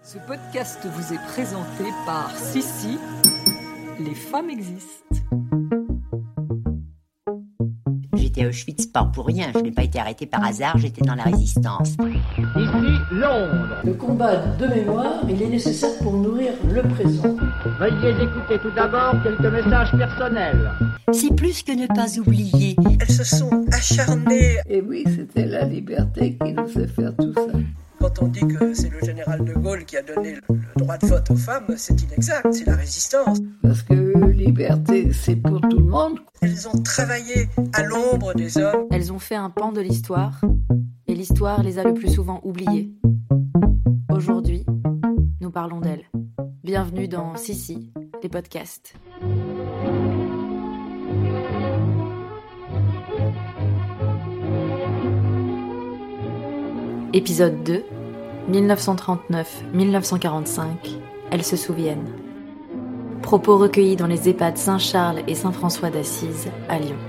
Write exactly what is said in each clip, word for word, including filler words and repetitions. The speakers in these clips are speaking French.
Ce podcast vous est présenté par Sissi, les femmes existent. J'étais à Auschwitz pas pour rien, je n'ai pas été arrêtée par hasard, j'étais dans la résistance. Ici, Londres. Le combat de mémoire, il est nécessaire pour nourrir le présent. Veuillez écouter tout d'abord quelques messages personnels. C'est plus que ne pas oublier. Elles se sont acharnées. Et oui, c'était la liberté qui nous fait faire tout ça. Quand on dit que c'est le général de Gaulle qui a donné le droit de vote aux femmes, c'est inexact, c'est la résistance. Parce que liberté, c'est pour tout le monde. Elles ont travaillé à l'ombre des hommes. Elles ont fait un pan de l'histoire, et l'histoire les a le plus souvent oubliées. Aujourd'hui, nous parlons d'elles. Bienvenue dans Sissi, les podcasts. Épisode deux, dix-neuf cent trente-neuf à dix-neuf cent quarante-cinq, elles se souviennent. Propos recueillis dans les EHPAD Saint-Charles et Saint-François d'Assise à Lyon.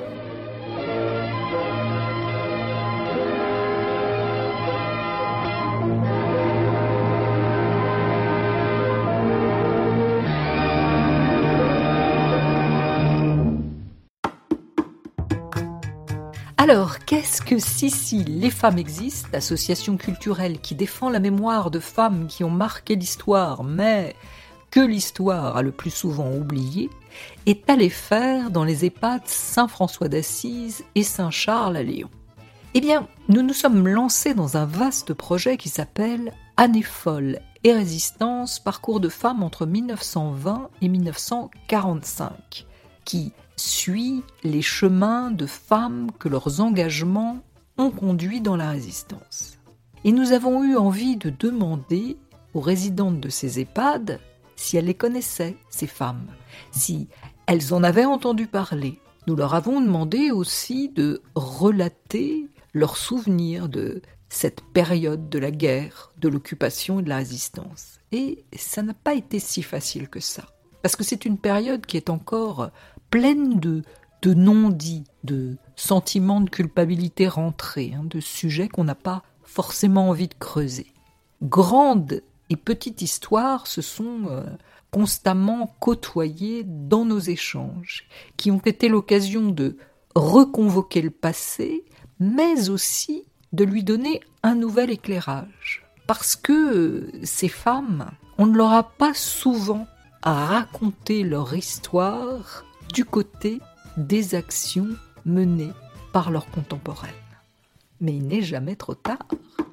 Alors, qu'est-ce que Sissi, les femmes existent, association culturelle qui défend la mémoire de femmes qui ont marqué l'histoire, mais que l'histoire a le plus souvent oublié, est allée faire dans les EHPAD Saint-François d'Assise et Saint-Charles à Lyon? Eh bien, nous nous sommes lancés dans un vaste projet qui s'appelle Années folles et résistance, parcours de femmes entre dix-neuf cent vingt et dix-neuf cent quarante-cinq, qui suit les chemins de femmes que leurs engagements ont conduits dans la résistance. Et nous avons eu envie de demander aux résidentes de ces EHPAD si elles les connaissaient, ces femmes, si elles en avaient entendu parler. Nous leur avons demandé aussi de relater leurs souvenirs de cette période de la guerre, de l'occupation et de la résistance. Et ça n'a pas été si facile que ça, parce que c'est une période qui est encore pleine de, de non-dits, de sentiments de culpabilité rentrés, hein, de sujets qu'on n'a pas forcément envie de creuser. Grande et petite histoire se sont euh, constamment côtoyées dans nos échanges, qui ont été l'occasion de reconvoquer le passé, mais aussi de lui donner un nouvel éclairage. Parce que euh, ces femmes, on ne leur a pas souvent raconté leur histoire du côté des actions menées par leurs contemporaines. Mais il n'est jamais trop tard.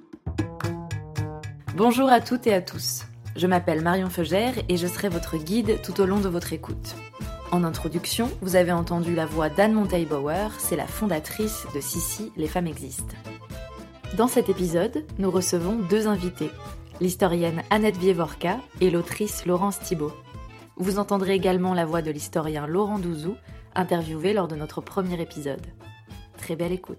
Bonjour à toutes et à tous. Je m'appelle Marion Feugère et je serai votre guide tout au long de votre écoute. En introduction, vous avez entendu la voix d'Anne Monteil-Bauer, c'est la fondatrice de Sissi, les femmes existent. Dans cet épisode, nous recevons deux invités, l'historienne Annette Wieworka et l'autrice Laurence Thibault. Vous entendrez également la voix de l'historien Laurent Douzou, interviewé lors de notre premier épisode. Très belle écoute.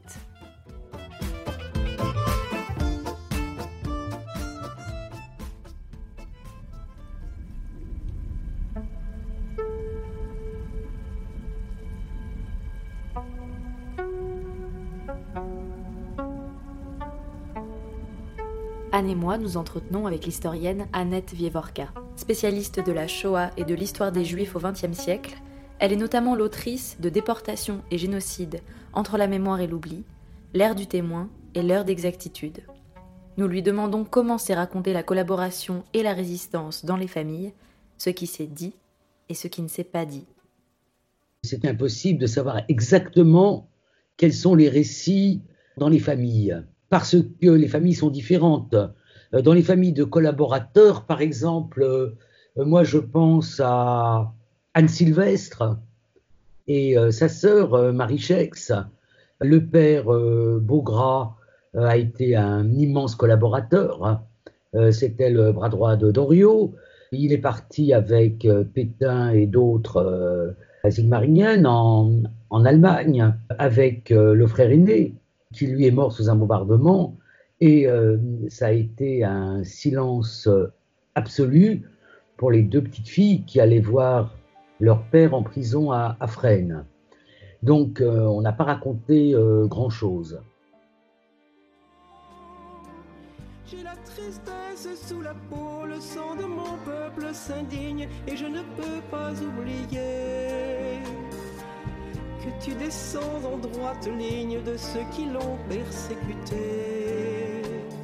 Anne et moi nous entretenons avec l'historienne Annette Wieworka. Spécialiste de la Shoah et de l'histoire des Juifs au vingtième siècle, elle est notamment l'autrice de Déportation et génocide entre la mémoire et l'oubli, l'ère du témoin et l'heure d'exactitude. Nous lui demandons comment s'est racontée la collaboration et la résistance dans les familles, ce qui s'est dit et ce qui ne s'est pas dit. C'est impossible de savoir exactement quels sont les récits dans les familles, parce que les familles sont différentes. Dans les familles de collaborateurs, par exemple, euh, moi je pense à Anne Sylvestre et euh, sa sœur euh, Marie Chex. Le père euh, Beaugras euh, a été un immense collaborateur. Euh, c'était le bras droit de Doriot. Il est parti avec euh, Pétain et d'autres euh, à Sigmaringen en, en Allemagne, avec euh, le frère aîné, qui lui est mort sous un bombardement. Et euh, ça a été un silence absolu pour les deux petites filles qui allaient voir leur père en prison à, à Fresnes. Donc euh, on n'a pas raconté euh, grand-chose. J'ai la tristesse sous la peau, le le sang de mon peuple s'indigne et je ne peux pas oublier que tu descends en droite ligne de ceux qui l'ont persécuté.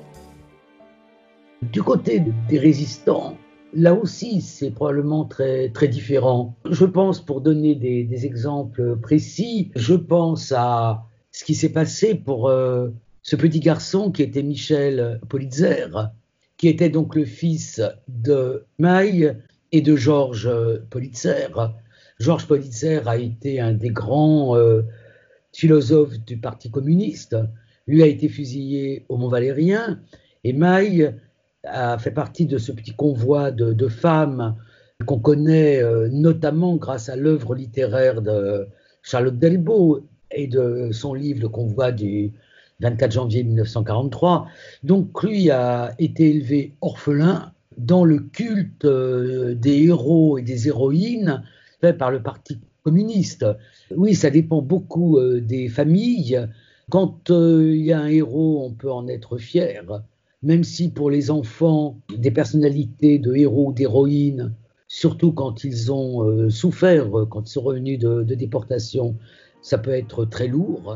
Du côté des résistants, là aussi, c'est probablement très, très différent. Je pense, pour donner des, des exemples précis, je pense à ce qui s'est passé pour euh, ce petit garçon qui était Michel Politzer, qui était donc le fils de Maï et de Georges Politzer. Georges Politzer a été un des grands euh, philosophes du Parti communiste. Lui a été fusillé au Mont-Valérien et Maï a fait partie de ce petit convoi de, de femmes qu'on connaît euh, notamment grâce à l'œuvre littéraire de Charlotte Delbo et de son livre Le convoi du vingt-quatre janvier mille neuf cent quarante-trois. Donc lui a été élevé orphelin dans le culte euh, des héros et des héroïnes fait par le Parti communiste. Oui, ça dépend beaucoup euh, des familles. Quand il euh, y a un héros, on peut en être fier. Même si pour les enfants, des personnalités de héros ou d'héroïnes, surtout quand ils ont euh, souffert, quand ils sont revenus de, de déportation, ça peut être très lourd.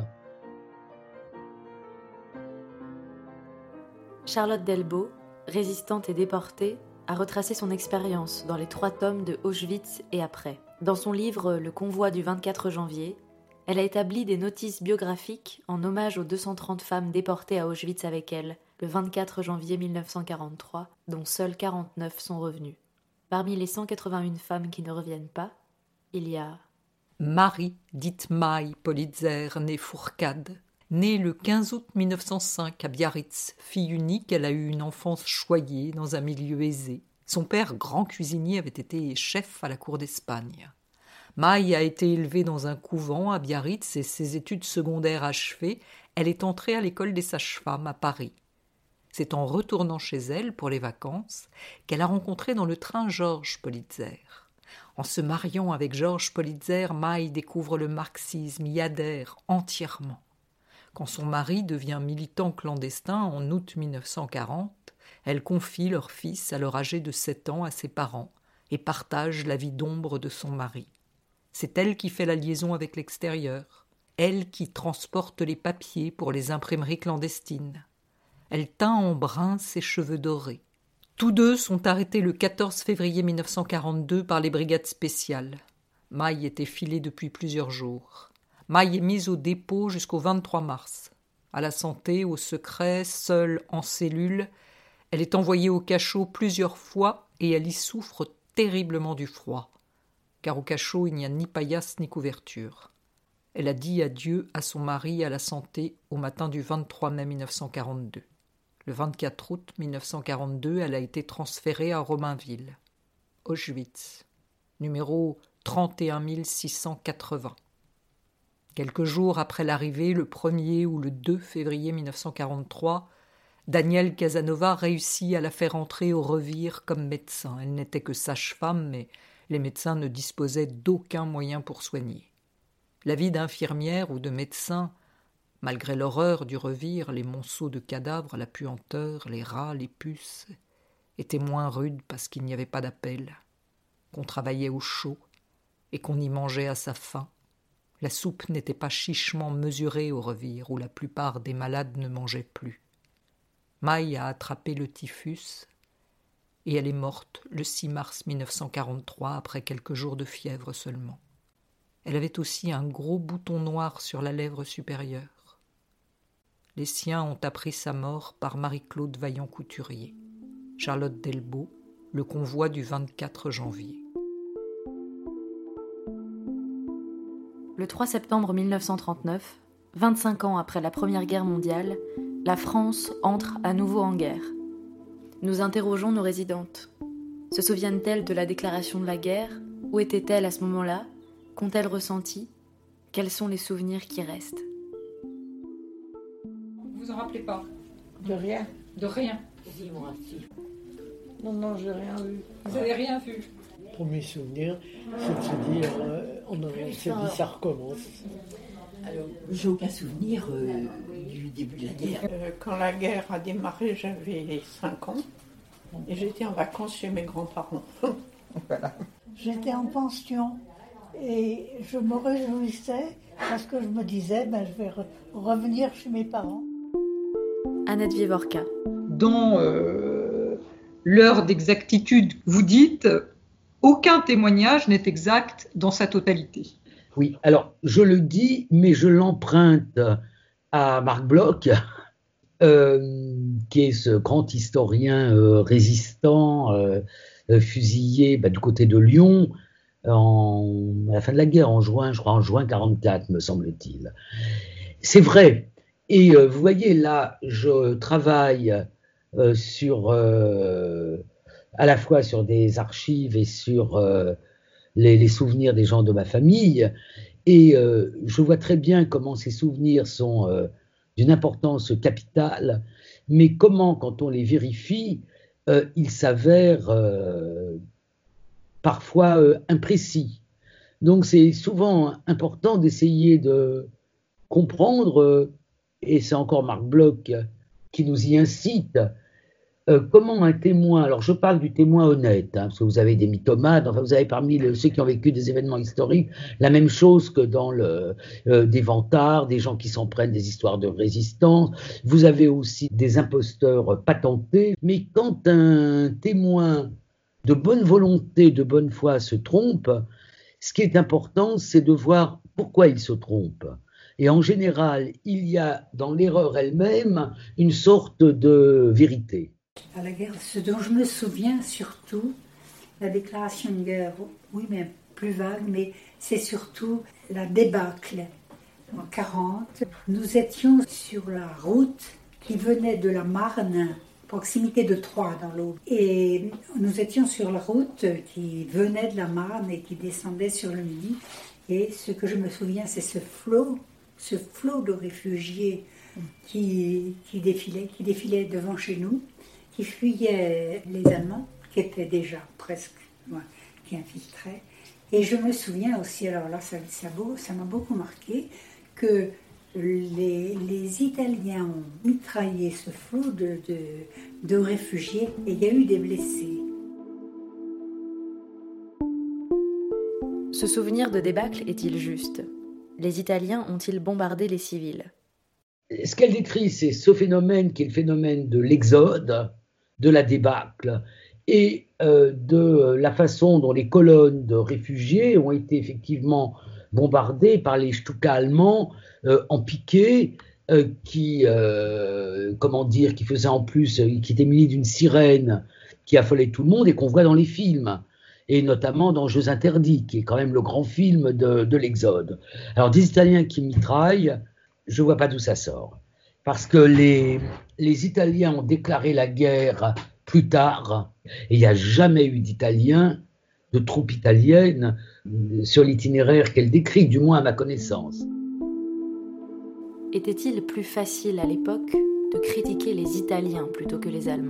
Charlotte Delbo, résistante et déportée, a retracé son expérience dans les trois tomes de Auschwitz et après. Dans son livre Le convoi du vingt-quatre janvier, elle a établi des notices biographiques en hommage aux deux cent trente femmes déportées à Auschwitz avec elle, le vingt-quatre janvier mille neuf cent quarante-trois, dont seules quarante-neuf sont revenues. Parmi les cent quatre-vingt-une femmes qui ne reviennent pas, il y a Marie, dite Maï Politzer, née Fourcade. Née le quinze août mille neuf cent cinq à Biarritz, fille unique, elle a eu une enfance choyée dans un milieu aisé. Son père, grand cuisinier, avait été chef à la cour d'Espagne. Maï a été élevée dans un couvent à Biarritz et ses études secondaires achevées, elle est entrée à l'école des sages-femmes à Paris. C'est en retournant chez elle pour les vacances qu'elle a rencontré dans le train Georges Politzer. En se mariant avec Georges Politzer, Maï découvre le marxisme, y adhère entièrement. Quand son mari devient militant clandestin en août mille neuf cent quarante, elle confie leur fils, alors âgé de sept ans, à ses parents et partage la vie d'ombre de son mari. C'est elle qui fait la liaison avec l'extérieur, elle qui transporte les papiers pour les imprimeries clandestines. Elle teint en brun ses cheveux dorés. Tous deux sont arrêtés le quatorze février mille neuf cent quarante-deux par les brigades spéciales. Maï était filée depuis plusieurs jours. Maï est mise au dépôt jusqu'au vingt-trois mars. À la santé, au secret, seule en cellule, elle est envoyée au cachot plusieurs fois et elle y souffre terriblement du froid. Car au cachot, il n'y a ni paillasse ni couverture. Elle a dit adieu à son mari à la santé au matin du vingt-trois mai mille neuf cent quarante-deux. Le vingt-quatre août mille neuf cent quarante-deux, elle a été transférée à Romainville. Auschwitz, numéro trente et un mille six cent quatre-vingts. Quelques jours après l'arrivée, le premier ou le deux février mille neuf cent quarante-trois, Danielle Casanova réussit à la faire entrer au Revire comme médecin. Elle n'était que sage-femme, mais les médecins ne disposaient d'aucun moyen pour soigner. La vie d'infirmière ou de médecin, malgré l'horreur du Revire, les monceaux de cadavres, la puanteur, les rats, les puces, était moins rude parce qu'il n'y avait pas d'appel, qu'on travaillait au chaud et qu'on y mangeait à sa faim. La soupe n'était pas chichement mesurée au Revire, où la plupart des malades ne mangeaient plus. Maï a attrapé le typhus et elle est morte le six mars mille neuf cent quarante-trois après quelques jours de fièvre seulement. Elle avait aussi un gros bouton noir sur la lèvre supérieure. Les siens ont appris sa mort par Marie-Claude Vaillant-Couturier. Charlotte Delbo, Le convoi du vingt-quatre janvier. Le trois septembre mille neuf cent trente-neuf, vingt-cinq ans après la Première Guerre mondiale, la France entre à nouveau en guerre. Nous interrogeons nos résidentes. Se souviennent-elles de la déclaration de la guerre? Où étaient-elles à ce moment-là? Qu'ont-elles ressenti? Quels sont les souvenirs qui restent? Vous vous en rappelez pas? De rien. De rien. Dis-moi si. Non, non, j'ai rien vu. Vous avez rien vu? Premier souvenir, c'est de se dire, euh, on a s'est dit, ça recommence. Alors, j'ai aucun souvenir euh, du début de la guerre. Euh, quand la guerre a démarré, j'avais cinq ans. Et j'étais en vacances chez mes grands-parents. Voilà. J'étais en pension et je me réjouissais parce que je me disais, ben, je vais re- revenir chez mes parents. Annette Vivorka. Dans euh, l'heure d'exactitude, vous dites, aucun témoignage n'est exact dans sa totalité. Oui, alors je le dis, mais je l'emprunte à Marc Bloch, euh, qui est ce grand historien euh, résistant, euh, fusillé bah, du côté de Lyon en, à la fin de la guerre, en juin, je crois en juin quarante-quatre, me semble-t-il. C'est vrai. Et euh, vous voyez, là, je travaille euh, sur, euh, à la fois sur des archives et sur euh, les, les souvenirs des gens de ma famille. Et euh, je vois très bien comment ces souvenirs sont euh, d'une importance capitale, mais comment, quand on les vérifie, euh, ils s'avèrent euh, parfois euh, imprécis. Donc c'est souvent important d'essayer de comprendre, euh, et c'est encore Marc Bloch qui nous y incite, euh, comment un témoin, alors je parle du témoin honnête, hein, parce que vous avez des mythomanes, enfin vous avez parmi le, ceux qui ont vécu des événements historiques, la même chose que dans le, euh, des vantards, des gens qui s'en prennent des histoires de résistance, vous avez aussi des imposteurs patentés, mais quand un témoin de bonne volonté, de bonne foi se trompe, ce qui est important, c'est de voir pourquoi il se trompe. Et en général, il y a dans l'erreur elle-même une sorte de vérité. À la guerre, ce dont je me souviens surtout, la déclaration de guerre, oui, mais plus vague, mais c'est surtout la débâcle. En quarante, nous étions sur la route qui venait de la Marne, proximité de Troyes dans l'Aube. Et nous étions sur la route qui venait de la Marne et qui descendait sur le Midi. Et ce que je me souviens, c'est ce flot, ce flot de réfugiés qui, qui défilait, qui défilait devant chez nous, qui fuyaient les Allemands, qui étaient déjà presque, ouais, qui infiltraient. Et je me souviens aussi, alors là, ça, ça, ça m'a beaucoup marqué, que les, les Italiens ont mitraillé ce flot de, de, de réfugiés et il y a eu des blessés. Ce souvenir de débâcle est-il juste ? Les Italiens ont-ils bombardé les civils ? Ce qu'elle décrit, c'est ce phénomène qui est le phénomène de l'exode, de la débâcle, et euh, de la façon dont les colonnes de réfugiés ont été effectivement bombardées par les Stuka allemands euh, en piqué, euh, qui, euh, comment dire, qui faisaient en plus, euh, qui étaient munis d'une sirène qui affolait tout le monde et qu'on voit dans les films, et notamment dans Jeux interdits, qui est quand même le grand film de, de l'exode. Alors des Italiens qui mitraillent, je ne vois pas d'où ça sort. Parce que les, les Italiens ont déclaré la guerre plus tard, et il n'y a jamais eu d'Italiens, de troupes italiennes, sur l'itinéraire qu'elle décrit, du moins à ma connaissance. Était-il plus facile à l'époque de critiquer les Italiens plutôt que les Allemands ?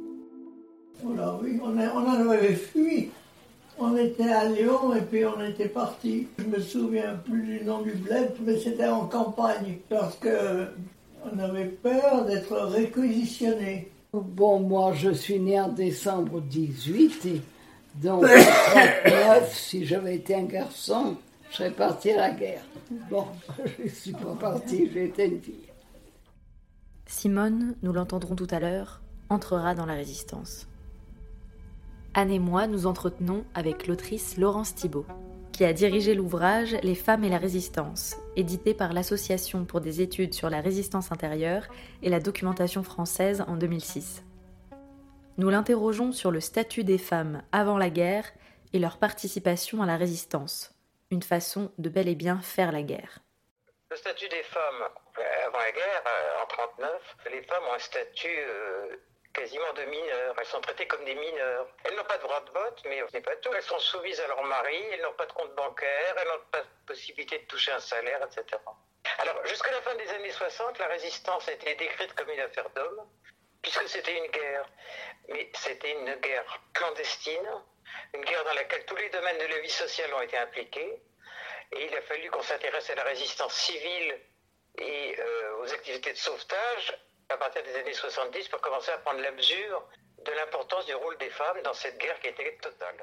Voilà, oui, on, a, on en avait fui. On était à Lyon et puis on était partis. Je me souviens plus du nom du bled, mais c'était en campagne, parce qu'on avait peur d'être réquisitionné. Bon, moi, je suis né en décembre dix-huit, et donc en trente-neuf, si j'avais été un garçon, je serais parti à la guerre. Bon, je ne suis pas parti, j'ai été une fille. Simone, nous l'entendrons tout à l'heure, entrera dans la résistance. Anne et moi nous entretenons avec l'autrice Laurence Thibault, qui a dirigé l'ouvrage « Les femmes et la résistance », édité par l'Association pour des études sur la résistance intérieure et la documentation française en deux mille six. Nous l'interrogeons sur le statut des femmes avant la guerre et leur participation à la résistance, une façon de bel et bien faire la guerre. Le statut des femmes avant la guerre, en trente-neuf, les femmes ont un statut euh, quasiment de mineurs. Elles sont traitées comme des mineurs. Elles n'ont pas de droit de vote, mais ce n'est pas tout. Elles sont soumises à leur mari, elles n'ont pas de compte bancaire, elles n'ont pas de possibilité de toucher un salaire, et cetera. Alors, jusqu'à la fin des années soixante, la résistance a été décrite comme une affaire d'hommes, puisque c'était une guerre. Mais c'était une guerre clandestine, une guerre dans laquelle tous les domaines de la vie sociale ont été impliqués. Et il a fallu qu'on s'intéresse à la résistance civile et euh, aux activités de sauvetage à partir des années soixante-dix pour commencer à prendre la mesure de l'importance du rôle des femmes dans cette guerre qui était totale.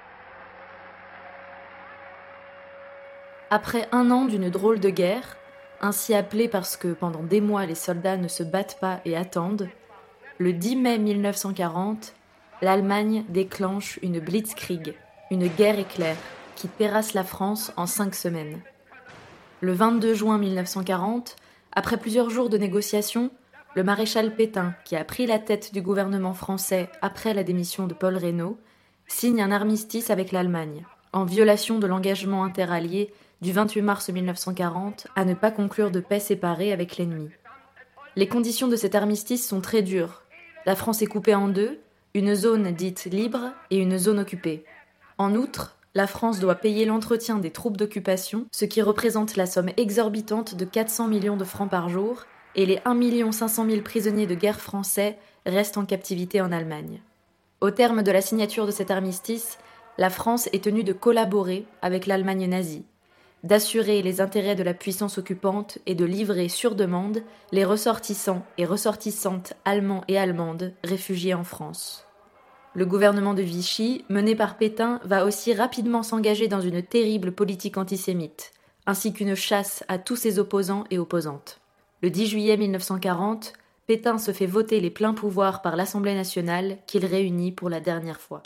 Après un an d'une drôle de guerre, ainsi appelée parce que pendant des mois les soldats ne se battent pas et attendent, le dix mai mille neuf cent quarante, l'Allemagne déclenche une blitzkrieg, une guerre éclair, qui terrasse la France en cinq semaines. Le vingt-deux juin mille neuf cent quarante, après plusieurs jours de négociations, le maréchal Pétain, qui a pris la tête du gouvernement français après la démission de Paul Reynaud, signe un armistice avec l'Allemagne, en violation de l'engagement interallié du vingt-huit mars mille neuf cent quarante à ne pas conclure de paix séparée avec l'ennemi. Les conditions de cet armistice sont très dures. La France est coupée en deux, une zone dite libre et une zone occupée. En outre, la France doit payer l'entretien des troupes d'occupation, ce qui représente la somme exorbitante de quatre cents millions de francs par jour, et les un million cinq cent mille prisonniers de guerre français restent en captivité en Allemagne. Au terme de la signature de cet armistice, la France est tenue de collaborer avec l'Allemagne nazie, d'assurer les intérêts de la puissance occupante et de livrer sur demande les ressortissants et ressortissantes allemands et allemandes réfugiés en France. Le gouvernement de Vichy, mené par Pétain, va aussi rapidement s'engager dans une terrible politique antisémite, ainsi qu'une chasse à tous ses opposants et opposantes. Le dix juillet mille neuf cent quarante, Pétain se fait voter les pleins pouvoirs par l'Assemblée nationale qu'il réunit pour la dernière fois.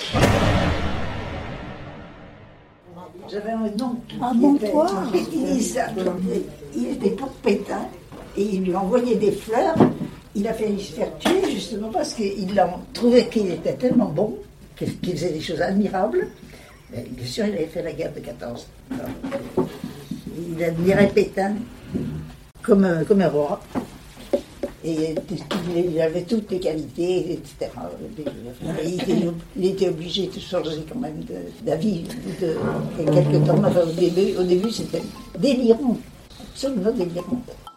J'avais un nom. Ah bon, toi ? Il était pour Pétain et il lui envoyait des fleurs. Il a failli se faire tuer justement parce qu'il a trouvé qu'il était tellement bon, qu'il faisait des choses admirables. Mais bien sûr, il avait fait la guerre de quatorze. Il admirait Pétain comme un, comme un roi. Et il avait toutes les qualités, et cetera. Et il, était, il était obligé de changer quand même d'avis de, de, de quelque temps. Enfin, au début, au début c'était délirant, absolument délirant.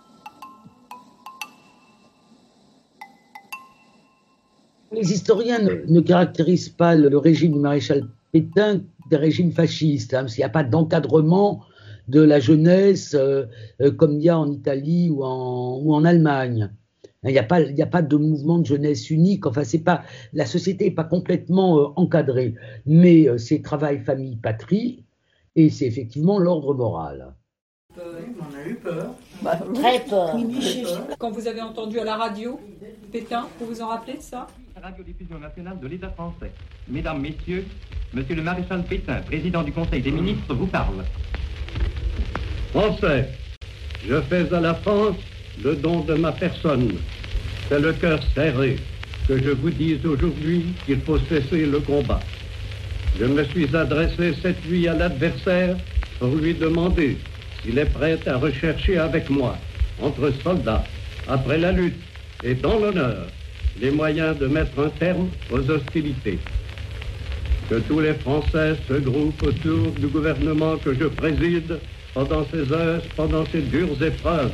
Les historiens ne, ne caractérisent pas le, le régime du maréchal Pétain des régimes fascistes, hein, parce qu'il n'y a pas d'encadrement de la jeunesse euh, euh, comme il y a en Italie ou en, ou en Allemagne. Il n'y a pas, il n'y a pas de mouvement de jeunesse unique. Enfin, c'est pas, la société n'est pas complètement euh, encadrée, mais euh, c'est travail, famille, patrie, et c'est effectivement l'ordre moral. On a eu peur. Bah, très peur. Quand vous avez entendu à la radio Pétain, vous vous en rappelez de ça ? La radiodiffusion nationale de l'État français. Mesdames, Messieurs, Monsieur le maréchal Pétain, président du Conseil des ministres, vous parle. Français, je fais à la France le don de ma personne. C'est le cœur serré que je vous dise aujourd'hui qu'il faut cesser le combat. Je me suis adressé cette nuit à l'adversaire pour lui demander s'il est prêt à rechercher avec moi, entre soldats, après la lutte et dans l'honneur, les moyens de mettre un terme aux hostilités. Que tous les Français se groupent autour du gouvernement que je préside pendant ces heures, pendant ces dures épreuves.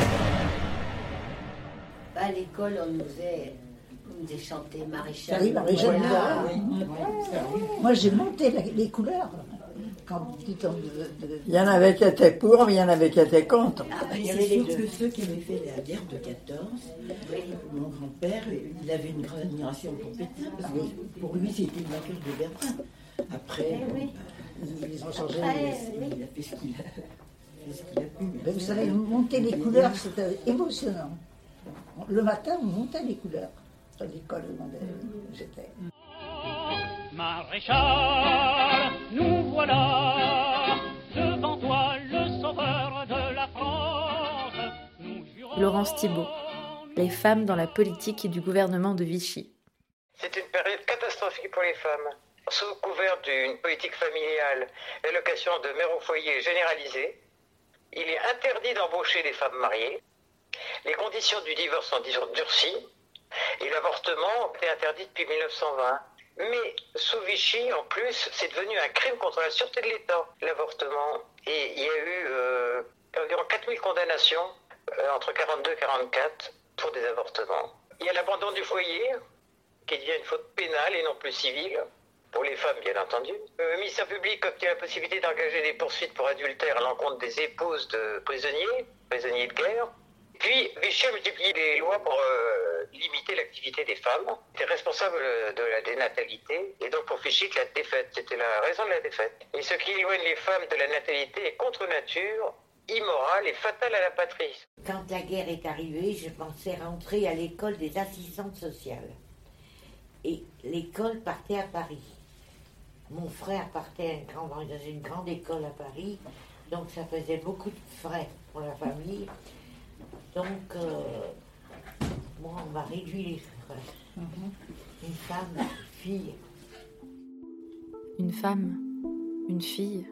À l'école, on nous faisait, on nous faisait chanter Maréchal. Oui, Maréchal. Voilà. Oui. Moi, j'ai monté la, les couleurs. Quand, du temps de, de... Il y en avait qui étaient pour, mais il y en avait qui étaient contre. Ah, bah, c'est sûr que ceux qui avaient fait la guerre de quatorze, mon grand-père, il avait une grande admiration pour Pétain, parce que pour lui, c'était une vainqueur de Berlin. Après, oui. Ils ont changé. Après, il a fait ce qu'il a, fait ce qu'il a pu. Mais vous savez, monter les couleurs, c'était émotionnant. Le matin, on montait les couleurs à l'école où j'étais. Maréchal, nous voilà devant toi, le sauveur de la France. Laurence Thibault, les femmes dans la politique du gouvernement de Vichy. C'est une période catastrophique pour les femmes. Sous couvert d'une politique familiale, l'allocation de mère au foyer généralisée, il est interdit d'embaucher les femmes mariées. Les conditions du divorce sont durcies et l'avortement est interdit depuis mille neuf cent vingt. Mais sous Vichy, en plus, c'est devenu un crime contre la sûreté de l'État, l'avortement. Et il y a eu euh, environ quatre mille condamnations euh, entre quarante-deux et quarante-quatre pour des avortements. Il y a l'abandon du foyer, qui devient une faute pénale et non plus civile, pour les femmes bien entendu. Le ministère public obtient la possibilité d'engager des poursuites pour adultère à l'encontre des épouses de prisonniers, prisonniers de guerre. Puis Vichy a multiplié les lois pour euh, limiter l'activité des femmes. Il était responsable de la dénatalité et donc pour Vichy la défaite, c'était la raison de la défaite. Et ce qui éloigne les femmes de la natalité est contre nature, immoral et fatal à la patrie. Quand la guerre est arrivée, je pensais rentrer à l'école des assistantes sociales. Et l'école partait à Paris. Mon frère partait dans une grande école à Paris, donc ça faisait beaucoup de frais pour la famille. Donc, euh, moi, on m'a réduit les frais. Mm-hmm. Une femme, une fille. Une femme, une fille.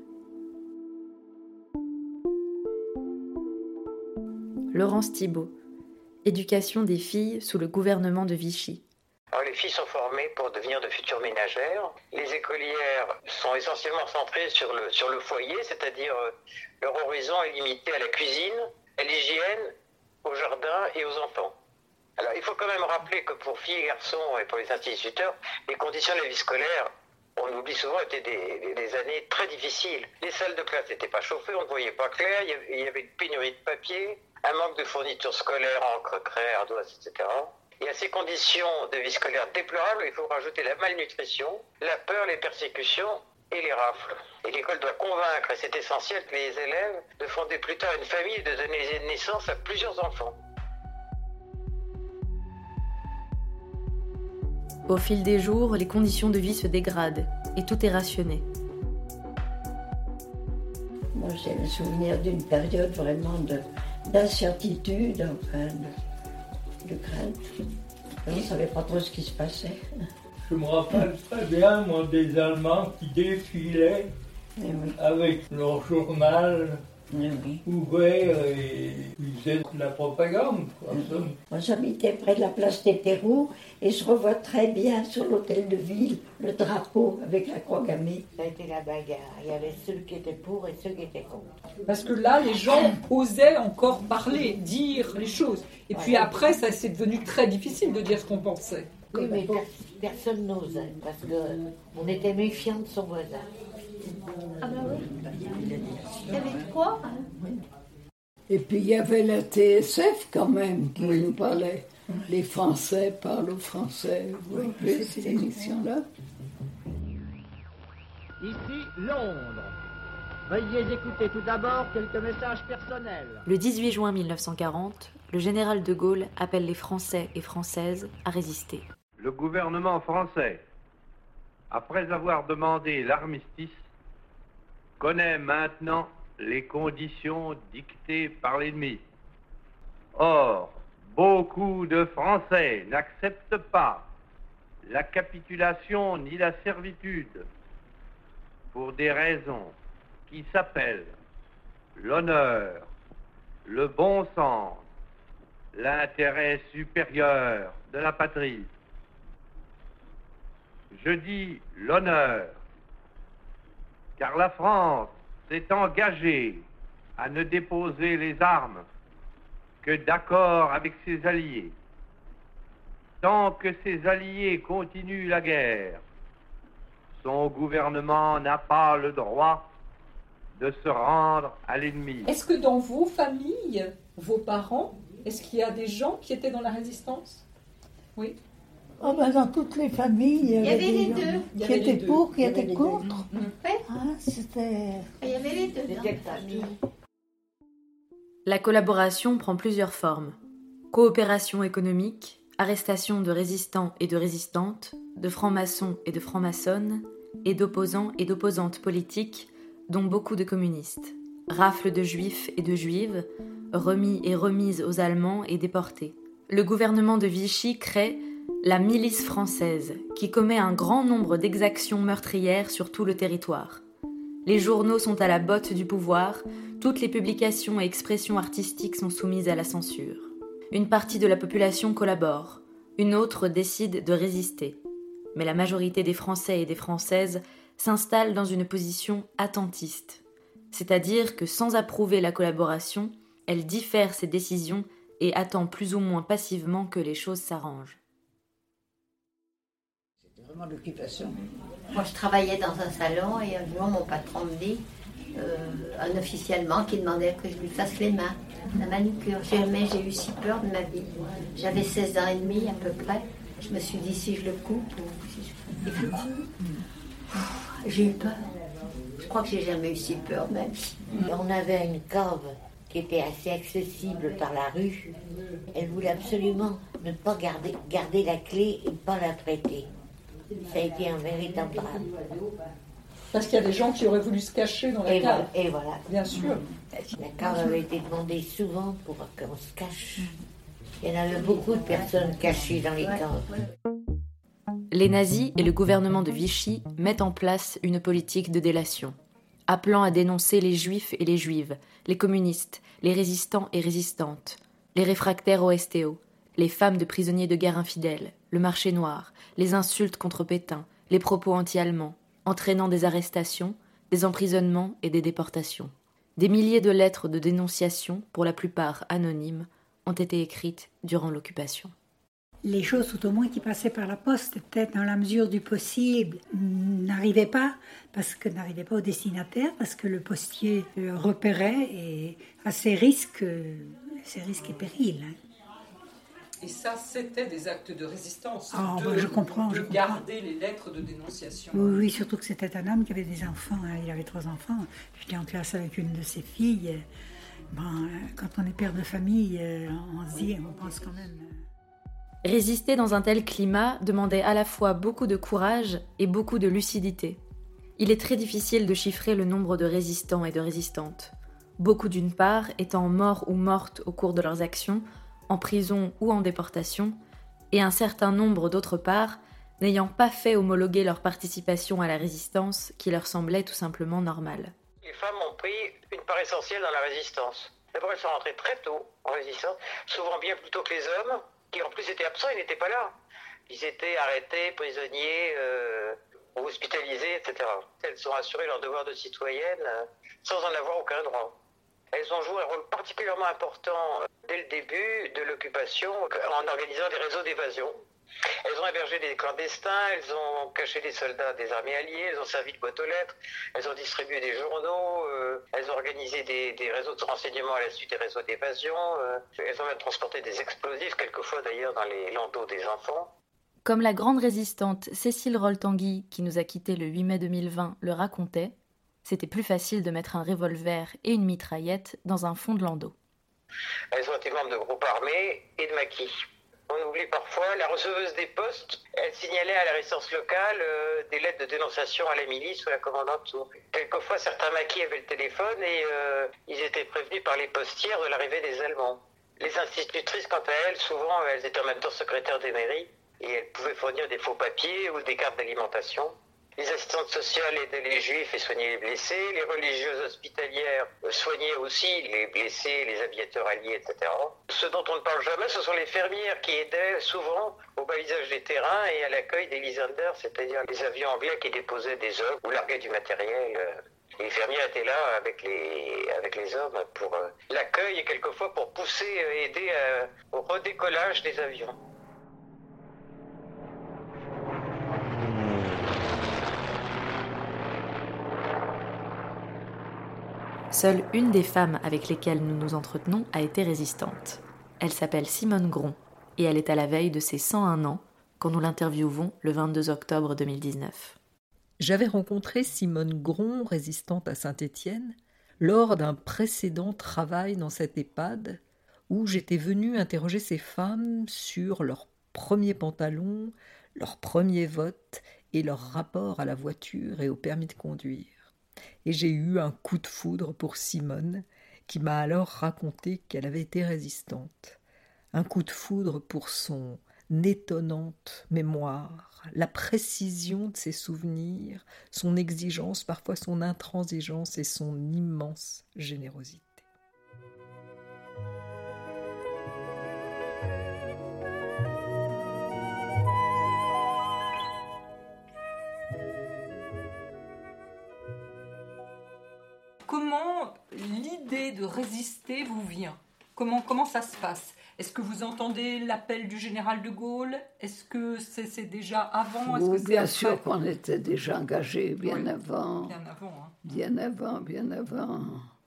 Laurence Thibault, éducation des filles sous le gouvernement de Vichy. Alors, les filles sont formées pour devenir de futures ménagères. Les écolières sont essentiellement centrées sur le, sur le foyer, c'est-à-dire euh, leur horizon est limité à la cuisine, à l'hygiène, au jardin et aux enfants. Alors, il faut quand même rappeler que pour filles et garçons et pour les instituteurs, les conditions de la vie scolaire, on oublie souvent, étaient des, des, des années très difficiles. Les salles de classe n'étaient pas chauffées, on ne voyait pas clair, il y avait, il y avait une pénurie de papier, un manque de fournitures scolaires, encre, craie, ardoise, et cetera. Et à ces conditions de vie scolaire déplorables, il faut rajouter la malnutrition, la peur, les persécutions et les rafles. Et l'école doit convaincre, et c'est essentiel, que les élèves de fonder plus tard une famille et de donner naissance à plusieurs enfants. Au fil des jours, les conditions de vie se dégradent et tout est rationné. Moi, j'ai le souvenir d'une période vraiment de, d'incertitude, enfin, de, de crainte. On ne savait pas trop ce qui se passait. Je me rappelle très bien, moi, des Allemands qui défilaient oui. avec leur journal oui. ouvert et ils faisaient de la propagande. Quoi. Oui. Moi, j'habitais près de la place des Terreaux et je revois très bien sur l'hôtel de ville le drapeau avec la croix gammée. Ça a été la bagarre. Il y avait ceux qui étaient pour et ceux qui étaient contre. Parce que là, les gens osaient encore parler, dire les choses. Et puis ouais. après, ça c'est devenu très difficile de dire ce qu'on pensait. Oui, mais per- personne n'osait, parce qu'on était méfiant de son voisin. Ah ben oui. Il y avait quoi hein? Et puis il y avait la T S F quand même qui nous parlait. Les Français parlent aux Français. Vous oui, voyez cette émission-là? Ici, Londres. Veuillez écouter tout d'abord quelques messages personnels. Le dix-huit juin mille neuf cent quarante, le général de Gaulle appelle les Français et Françaises à résister. Le gouvernement français, après avoir demandé l'armistice, connaît maintenant les conditions dictées par l'ennemi. Or, beaucoup de Français n'acceptent pas la capitulation ni la servitude pour des raisons qui s'appellent l'honneur, le bon sens, l'intérêt supérieur de la patrie. Je dis l'honneur, car la France s'est engagée à ne déposer les armes que d'accord avec ses alliés. Tant que ses alliés continuent la guerre, son gouvernement n'a pas le droit de se rendre à l'ennemi. Est-ce que dans vos familles, vos parents, est-ce qu'il y a des gens qui étaient dans la résistance? Oui. Oh ben dans toutes les familles, il y avait, il y avait les des deux. qui étaient pour, qui étaient contre. Mmh. Ah, c'était... Il y avait les deux. C'était famille. La collaboration prend plusieurs formes. Coopération économique, arrestation de résistants et de résistantes, de francs-maçons et de francs-maçonnes, et d'opposants et d'opposantes politiques, dont beaucoup de communistes. Rafles de juifs et de juives, remis et remises aux Allemands et déportés. Le gouvernement de Vichy crée la milice française, qui commet un grand nombre d'exactions meurtrières sur tout le territoire. Les journaux sont à la botte du pouvoir, toutes les publications et expressions artistiques sont soumises à la censure. Une partie de la population collabore, une autre décide de résister. Mais la majorité des Français et des Françaises s'installe dans une position attentiste, c'est-à-dire que sans approuver la collaboration, elle diffère ses décisions et attend plus ou moins passivement que les choses s'arrangent. C'était vraiment l'occupation. Moi, je travaillais dans un salon et un jour, mon patron me dit euh, un officier allemand qui demandait que je lui fasse les mains, la manucure. Jamais j'ai eu si peur de ma vie. J'avais seize ans et demi à peu près. Je me suis dit si je le coupe ou si je... Et je crois. J'ai eu peur. Je crois que j'ai jamais eu si peur même. On avait une cave qui était assez accessible par la rue. Elle voulait absolument ne pas garder, garder la clé et ne pas la prêter. Ça a été un véritable drame. Parce qu'il y a des gens qui auraient voulu se cacher dans la et cave. Voilà, et voilà. Bien sûr. La cave avait été demandée souvent pour qu'on se cache. Il y en avait beaucoup de personnes cachées dans les caves. Les nazis et le gouvernement de Vichy mettent en place une politique de délation, appelant à dénoncer les juifs et les juives, les communistes, les résistants et résistantes, les réfractaires au S T O, les femmes de prisonniers de guerre infidèles, le marché noir, les insultes contre Pétain, les propos anti-allemands, entraînant des arrestations, des emprisonnements et des déportations. Des milliers de lettres de dénonciation, pour la plupart anonymes, ont été écrites durant l'occupation. Les choses, tout au moins, qui passaient par la poste, peut-être dans la mesure du possible, n'arrivaient pas, parce que n'arrivaient pas au destinataire, parce que le postier repérait et à ses risques, ses risques et périls. Hein. Et ça, c'était des actes de résistance, oh, de, bah, je comprends, de je garder comprends. les lettres de dénonciation. Oui, oui, surtout que c'était un homme qui avait des enfants, hein. Il avait trois enfants. J'étais en classe avec une de ses filles. Bon, quand on est père de famille, on se dit, on pense quand même... Résister dans un tel climat demandait à la fois beaucoup de courage et beaucoup de lucidité. Il est très difficile de chiffrer le nombre de résistants et de résistantes. Beaucoup d'une part étant morts ou mortes au cours de leurs actions, en prison ou en déportation, et un certain nombre d'autre part n'ayant pas fait homologuer leur participation à la résistance qui leur semblait tout simplement normale. Les femmes ont pris une part essentielle dans la résistance. D'abord, elles sont rentrées très tôt en résistance, souvent bien plus tôt que les hommes, qui en plus étaient absents, ils n'étaient pas là. Ils étaient arrêtés, prisonniers, euh, hospitalisés, et cetera. Elles ont assuré leur devoir de citoyenne euh, sans en avoir aucun droit. Elles ont joué un rôle particulièrement important euh, dès le début de l'occupation en organisant des réseaux d'évasion. Elles ont hébergé des clandestins, elles ont caché des soldats des armées alliées, elles ont servi de boîte aux lettres, elles ont distribué des journaux, euh, elles ont organisé des, des réseaux de renseignement à la suite des réseaux d'évasion, euh, elles ont même transporté des explosifs, quelquefois d'ailleurs dans les landaux des enfants. Comme la grande résistante Cécile Roll-Tanguy, qui nous a quittés le huit mai deux mille vingt, le racontait, c'était plus facile de mettre un revolver et une mitraillette dans un fond de landau. Elles ont été membres de groupes armés et de maquis. On oublie parfois la receveuse des postes. Elle signalait à la résistance locale euh, des lettres de dénonciation à la milice ou à la commandante Tour. Quelquefois, certains maquis avaient le téléphone et euh, ils étaient prévenus par les postières de l'arrivée des Allemands. Les institutrices, quant à elles, souvent, elles étaient en même temps secrétaires des mairies et elles pouvaient fournir des faux papiers ou des cartes d'alimentation. Les assistantes sociales aidaient les juifs et soignaient les blessés. Les religieuses hospitalières soignaient aussi les blessés, les aviateurs alliés, et cetera. Ce dont on ne parle jamais, ce sont les fermières qui aidaient souvent au balisage des terrains et à l'accueil des Lysander, c'est-à-dire les avions anglais qui déposaient des œuvres ou larguaient du matériel. Les fermières étaient là avec les, avec les hommes pour euh, l'accueil et quelquefois pour pousser et aider euh, au redécollage des avions. Seule une des femmes avec lesquelles nous nous entretenons a été résistante. Elle s'appelle Simone Gron et elle est à la veille de ses cent un ans quand nous l'interviewons le vingt-deux octobre deux mille dix-neuf. J'avais rencontré Simone Gron, résistante à Saint-Étienne, lors d'un précédent travail dans cette EHPAD où j'étais venue interroger ces femmes sur leurs premiers pantalons, leur premier vote et leur rapport à la voiture et au permis de conduire. Et j'ai eu un coup de foudre pour Simone, qui m'a alors raconté qu'elle avait été résistante. Un coup de foudre pour son étonnante mémoire, la précision de ses souvenirs, son exigence, parfois son intransigeance et son immense générosité. Comment l'idée de résister vous vient ? Comment, comment ça se passe ? Est-ce que vous entendez l'appel du général de Gaulle? Est-ce que c'est, c'est déjà avant? Est-ce Oui, que c'est bien après? sûr qu'on était déjà engagés bien Oui, avant. Bien avant. Hein. Bien avant, bien avant.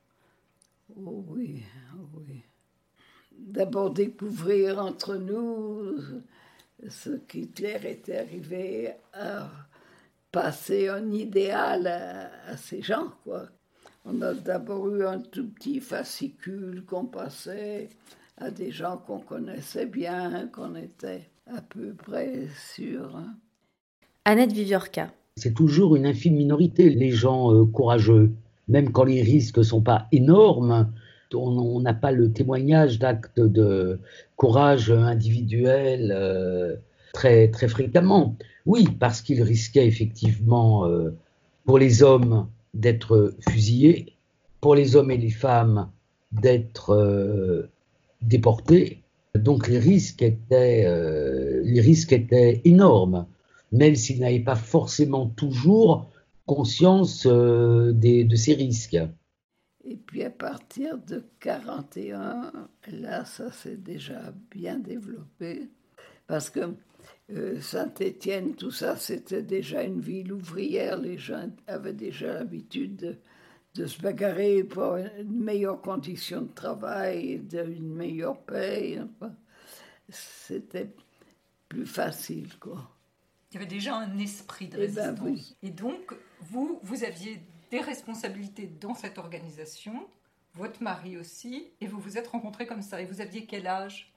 Oh oui, oh oui. D'abord découvrir entre nous ce qu'Hitler était arrivé à passer un idéal à, à ces gens, quoi. On a d'abord eu un tout petit fascicule qu'on passait à des gens qu'on connaissait bien, qu'on était à peu près sûrs. Hein. Annette Viviorca. C'est toujours une infime minorité, les gens euh, courageux. Même quand les risques ne sont pas énormes, on n'a pas le témoignage d'actes de courage individuel euh, très, très fréquemment. Oui, parce qu'ils risquaient effectivement, euh, pour les hommes, d'être fusillés, pour les hommes et les femmes, d'être euh, déportés. Donc les risques étaient, euh, les risques étaient énormes, même s'ils n'avaient pas forcément toujours conscience euh, des, de ces risques. Et puis à partir de quarante et un, là, ça s'est déjà bien développé, parce que euh, Saint-Étienne, tout ça, c'était déjà une ville ouvrière. Les gens avaient déjà l'habitude de, de se bagarrer pour une meilleure condition de travail, de, une meilleure paye. Enfin, c'était plus facile, quoi. Il y avait déjà un esprit de Eh ben, résistance. oui. Et donc, vous, vous aviez des responsabilités dans cette organisation, votre mari aussi, et vous vous êtes rencontrés comme ça. Et vous aviez quel âge?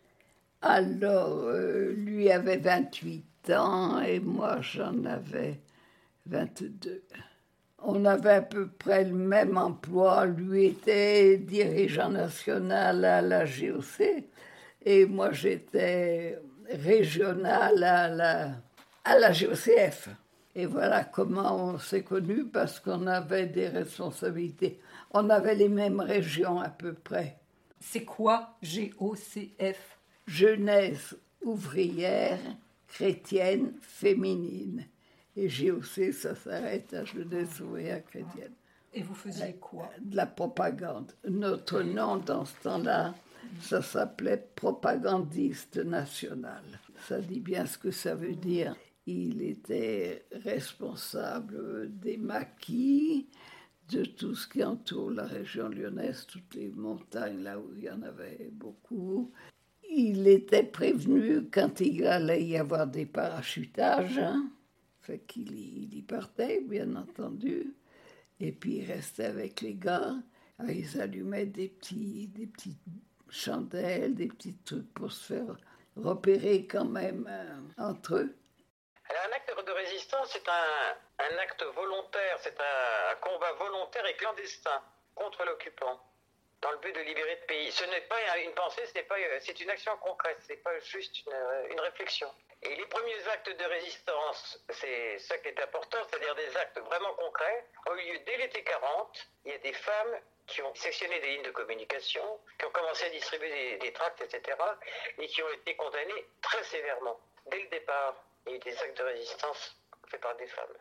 Alors, euh, lui avait vingt-huit ans et moi j'en avais vingt-deux. On avait à peu près le même emploi. Lui était dirigeant national à la G O C et moi j'étais régional à la, à la G O C F. Et voilà comment on s'est connus, parce qu'on avait des responsabilités. On avait les mêmes régions à peu près. C'est quoi G O C F? Jeunesse ouvrière, chrétienne, féminine. Et G O C, ça s'arrête à jeunesse ouvrière, chrétienne. Et vous faisiez quoi? De la propagande. Notre nom dans ce temps-là, ça s'appelait propagandiste national. Ça dit bien ce que ça veut dire. Il était responsable des maquis, de tout ce qui entoure la région lyonnaise, toutes les montagnes là où il y en avait beaucoup. Il était prévenu quand il allait y avoir des parachutages, hein. Fait qu'il y, il y partait, bien entendu, et puis il restait avec les gars. Alors, ils allumaient des, petits, des petites chandelles, des petits trucs pour se faire repérer quand même euh, entre eux. Alors, un acte de résistance, c'est un, un acte volontaire, c'est un, un combat volontaire et clandestin contre l'occupant, dans le but de libérer le pays. Ce n'est pas une pensée, ce n'est pas, c'est une action concrète, ce n'est pas juste une, une réflexion. Et les premiers actes de résistance, c'est ça qui est important, c'est-à-dire des actes vraiment concrets, ont eu lieu dès l'été quarante. Il y a des femmes qui ont sectionné des lignes de communication, qui ont commencé à distribuer des, des tracts, et cetera, et qui ont été condamnées très sévèrement, dès le départ. Il y a eu des actes de résistance faits par des femmes.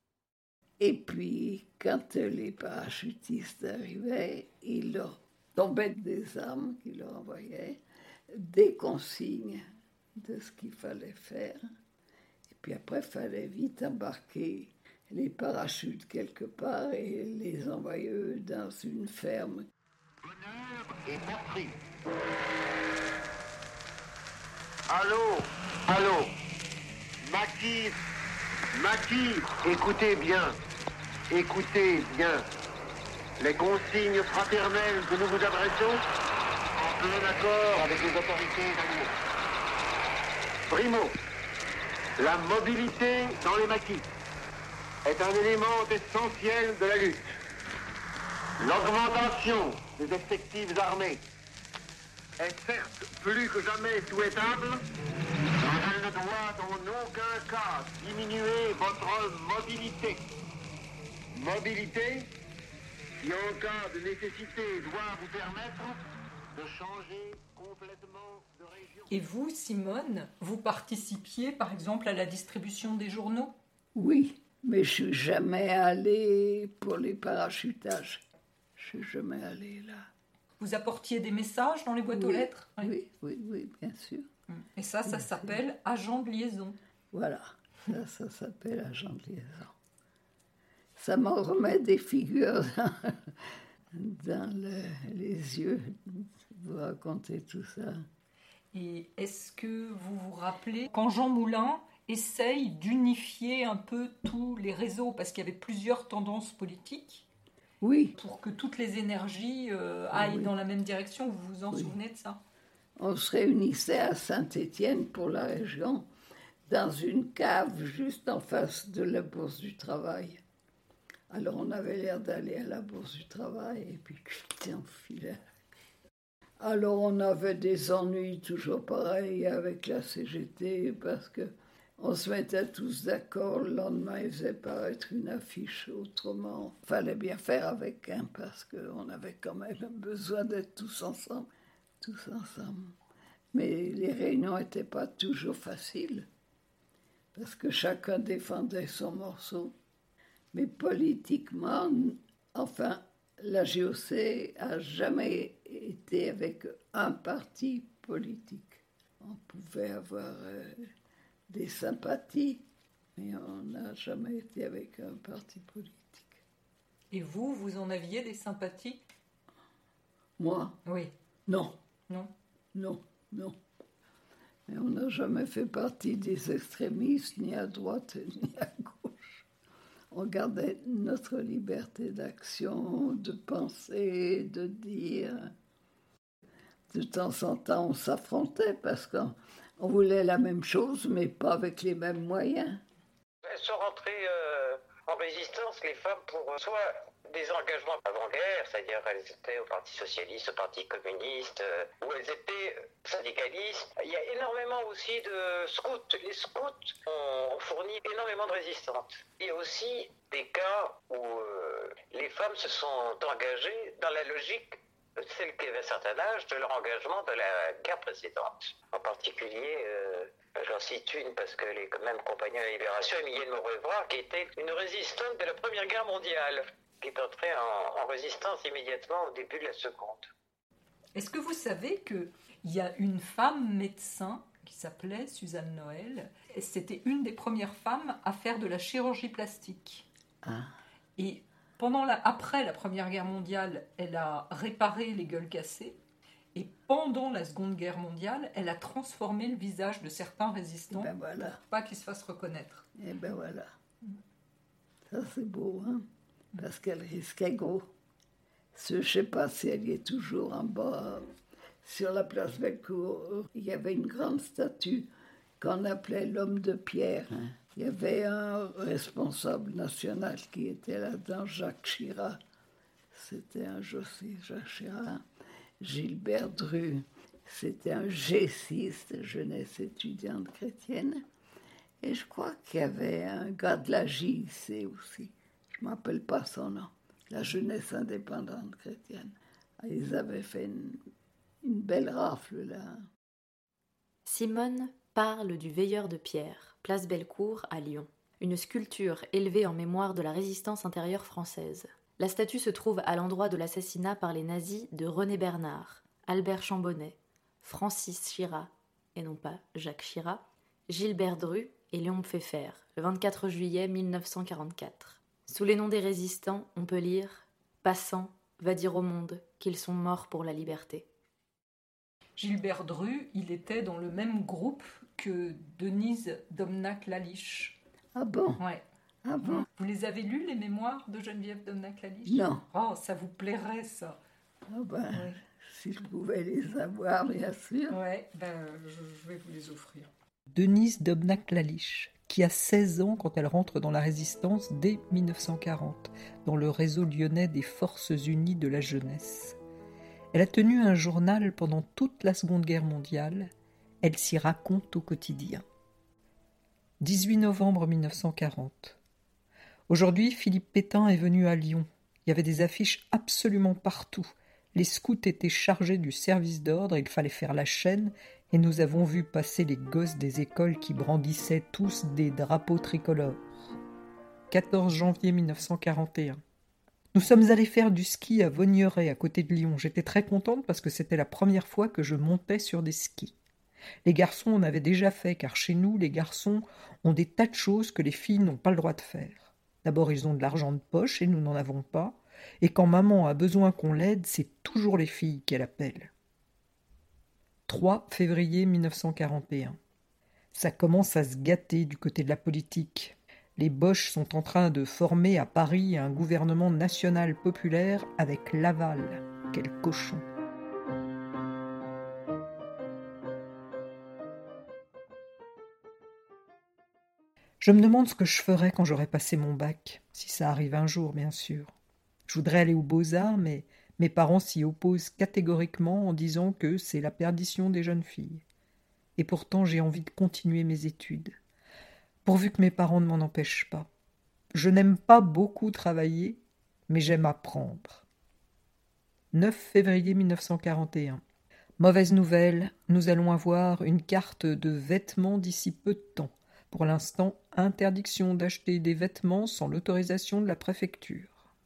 Et puis, quand les parachutistes arrivaient, ils leur tombaient des armes qu'ils leur envoyaient, des consignes de ce qu'il fallait faire. Et puis après, il fallait vite embarquer les parachutes quelque part et les envoyer dans une ferme. Honneur et patrie. Allô, allô. Maquis, Maquis, écoutez bien, écoutez bien. Les consignes fraternelles que nous vous adressons en plein accord avec les autorités alliées. Primo, la mobilité dans les maquis est un élément essentiel de la lutte. L'augmentation des effectifs armés est certes plus que jamais souhaitable, mais elle ne doit en aucun cas diminuer votre mobilité. Mobilité qui, en cas de nécessité, doit vous permettre de changer complètement de région. Et vous, Simone, vous participiez par exemple à la distribution des journaux? Oui, mais je suis jamais allée pour les parachutages. Je suis jamais allée là. vous apportiez des messages dans les boîtes oui, aux lettres. Oui, oui, oui, bien sûr. Et ça, ça s'appelle agent de liaison. Voilà, ça, ça s'appelle agent de liaison. Ça m'en remet des figures dans, dans le, les yeux, vous racontez tout ça. Et est-ce que vous vous rappelez quand Jean Moulin essaye d'unifier un peu tous les réseaux, parce qu'il y avait plusieurs tendances politiques, oui, pour que toutes les énergies euh, aillent oui. dans la même direction, vous vous en oui. souvenez de ça? On se réunissait à Saint-Étienne pour la région, dans une cave juste en face de la Bourse du Travail. Alors on avait l'air d'aller à la Bourse du Travail, et puis putain, on filait. Alors on avait des ennuis toujours pareils avec la C G T, parce que on se mettait tous d'accord, le lendemain il faisait paraître une affiche autrement. Il fallait bien faire avec, hein, parce qu'on avait quand même besoin d'être tous ensemble, tous ensemble. Mais les réunions n'étaient pas toujours faciles, parce que chacun défendait son morceau. Mais politiquement, enfin, la J O C a jamais été avec un parti politique. On pouvait avoir euh, des sympathies, mais on n'a jamais été avec un parti politique. Et vous, vous en aviez des sympathies? Moi? Oui. Non. Non? Non, non. Mais on n'a jamais fait partie des extrémistes, ni à droite, ni à gauche. On gardait notre liberté d'action, de penser, de dire. De temps en temps, on s'affrontait parce qu'on on voulait la même chose, mais pas avec les mêmes moyens. Elles sont rentrées euh, en résistance, les femmes, pour soit des engagements avant-guerre, c'est-à-dire elles étaient au Parti Socialiste, au Parti Communiste, euh, ou elles étaient syndicalistes. Il y a énormément aussi de scouts. Les scouts ont fourni énormément de résistantes. Il y a aussi des cas où euh, les femmes se sont engagées dans la logique, celles qui avaient un certain âge, de leur engagement de la guerre précédente. En particulier, euh, j'en cite une parce que les mêmes compagnons de la Libération, Émilienne Moreau-Evra, qui était une résistante de la Première Guerre mondiale, qui est entrée en, en résistance immédiatement au début de la Seconde. Est-ce que vous savez qu'il y a une femme médecin qui s'appelait Suzanne Noël? C'était une des premières femmes à faire de la chirurgie plastique. Ah. Et pendant la, après la Première Guerre mondiale, elle a réparé les gueules cassées. Et pendant la Seconde Guerre mondiale, elle a transformé le visage de certains résistants ben voilà. pour pas qu'ils se fassent reconnaître. Et ben voilà. Ça c'est beau, hein, parce qu'elle risquait gros. Je ne sais pas si elle y est toujours en bas. Sur la place Bellecour, il y avait une grande statue qu'on appelait l'homme de pierre. Hein. Il y avait un responsable national qui était là-dedans, Jacques Chirac. C'était un José, Jacques Chirac. Gilbert Dru, c'était un gessiste, jeunesse étudiante chrétienne. Et je crois qu'il y avait un gars de la J C aussi. Je ne m'appelle pas son nom. La jeunesse indépendante chrétienne. Ils avaient fait une, une belle rafle là. Simone parle du Veilleur de pierre, place Bellecour à Lyon. Une sculpture élevée en mémoire de la résistance intérieure française. La statue se trouve à l'endroit de l'assassinat par les nazis de René Bernard, Albert Chambonnet, Francis Chirac, et non pas Jacques Chirac, Gilbert Dru et Léon Pfeffer, le vingt-quatre juillet mille neuf cent quarante-quatre. Sous les noms des résistants, on peut lire « Passant, va dire au monde qu'ils sont morts pour la liberté ». Gilbert Dru, il était dans le même groupe que Denise Domnac-Laliche. Ah bon? Ouais. Ah bon? Vous les avez lus, les mémoires de Geneviève Domnac-Laliche? Non. Oh, ça vous plairait, ça. Ah ben, oui. Si je pouvais les avoir, bien sûr. Oui, ben, je vais vous les offrir. Denise Domnac-Laliche, qui a seize ans quand elle rentre dans la Résistance dès mille neuf cent quarante, dans le réseau lyonnais des Forces Unies de la Jeunesse. Elle a tenu un journal pendant toute la Seconde Guerre mondiale. Elle s'y raconte au quotidien. dix-huit novembre mille neuf cent quarante. Aujourd'hui, Philippe Pétain est venu à Lyon. Il y avait des affiches absolument partout. Les scouts étaient chargés du service d'ordre, il fallait faire la chaîne, et nous avons vu passer les gosses des écoles qui brandissaient tous des drapeaux tricolores. quatorze janvier mille neuf cent quarante et un. Nous sommes allés faire du ski à Vaugneray, à côté de Lyon. J'étais très contente parce que c'était la première fois que je montais sur des skis. Les garçons en avaient déjà fait, car chez nous, les garçons ont des tas de choses que les filles n'ont pas le droit de faire. D'abord, ils ont de l'argent de poche et nous n'en avons pas. Et quand maman a besoin qu'on l'aide, c'est toujours les filles qu'elle appelle. trois février mille neuf cent quarante et un. Ça commence à se gâter du côté de la politique. Les Boches sont en train de former à Paris un gouvernement national populaire avec Laval. Quel cochon! Je me demande ce que je ferais quand j'aurai passé mon bac, si ça arrive un jour, bien sûr. Je voudrais aller aux Beaux-Arts, mais mes parents s'y opposent catégoriquement en disant que c'est la perdition des jeunes filles. Et pourtant, j'ai envie de continuer mes études, pourvu que mes parents ne m'en empêchent pas. Je n'aime pas beaucoup travailler, mais j'aime apprendre. neuf février mille neuf cent quarante et un. Mauvaise nouvelle, nous allons avoir une carte de vêtements d'ici peu de temps. Pour l'instant, interdiction d'acheter des vêtements sans l'autorisation de la préfecture.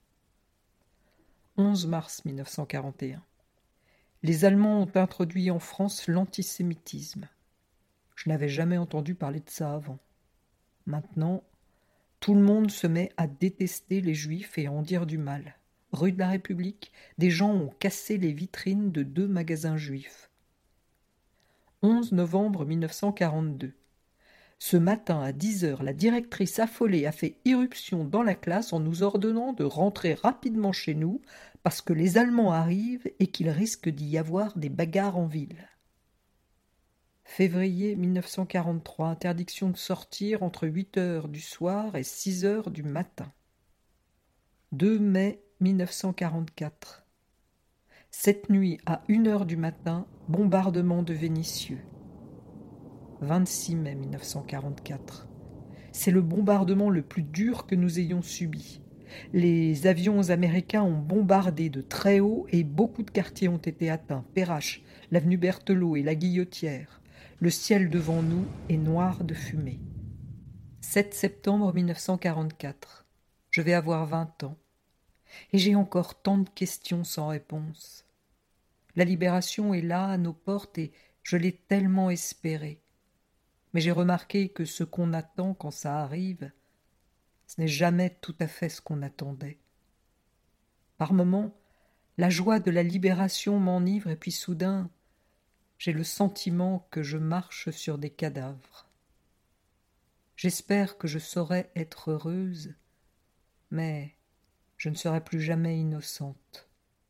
onze mars mille neuf cent quarante et un. Les Allemands ont introduit en France l'antisémitisme. Je n'avais jamais entendu parler de ça avant. Maintenant, tout le monde se met à détester les Juifs et à en dire du mal. Rue de la République, des gens ont cassé les vitrines de deux magasins juifs. onze novembre mille neuf cent quarante-deux. Ce matin, à dix heures, la directrice affolée a fait irruption dans la classe en nous ordonnant de rentrer rapidement chez nous parce que les Allemands arrivent et qu'il risque d'y avoir des bagarres en ville. Février mille neuf cent quarante-trois, interdiction de sortir entre huit heures du soir et six heures du matin. deux mai mille neuf cent quarante-quatre. Cette nuit, à une heure du matin, bombardement de Vénissieux. vingt-six mai mille neuf cent quarante-quatre. C'est le bombardement le plus dur que nous ayons subi. Les avions américains ont bombardé de très haut et beaucoup de quartiers ont été atteints. Perrache, l'avenue Berthelot et la Guillotière. Le ciel devant nous est noir de fumée. sept septembre mille neuf cent quarante-quatre. Je vais avoir vingt ans. Et j'ai encore tant de questions sans réponse. La libération est là, à nos portes, et je l'ai tellement espérée. Mais j'ai remarqué que ce qu'on attend quand ça arrive, ce n'est jamais tout à fait ce qu'on attendait. Par moments, la joie de la libération m'enivre et puis soudain, j'ai le sentiment que je marche sur des cadavres. J'espère que je saurai être heureuse, mais je ne serai plus jamais innocente.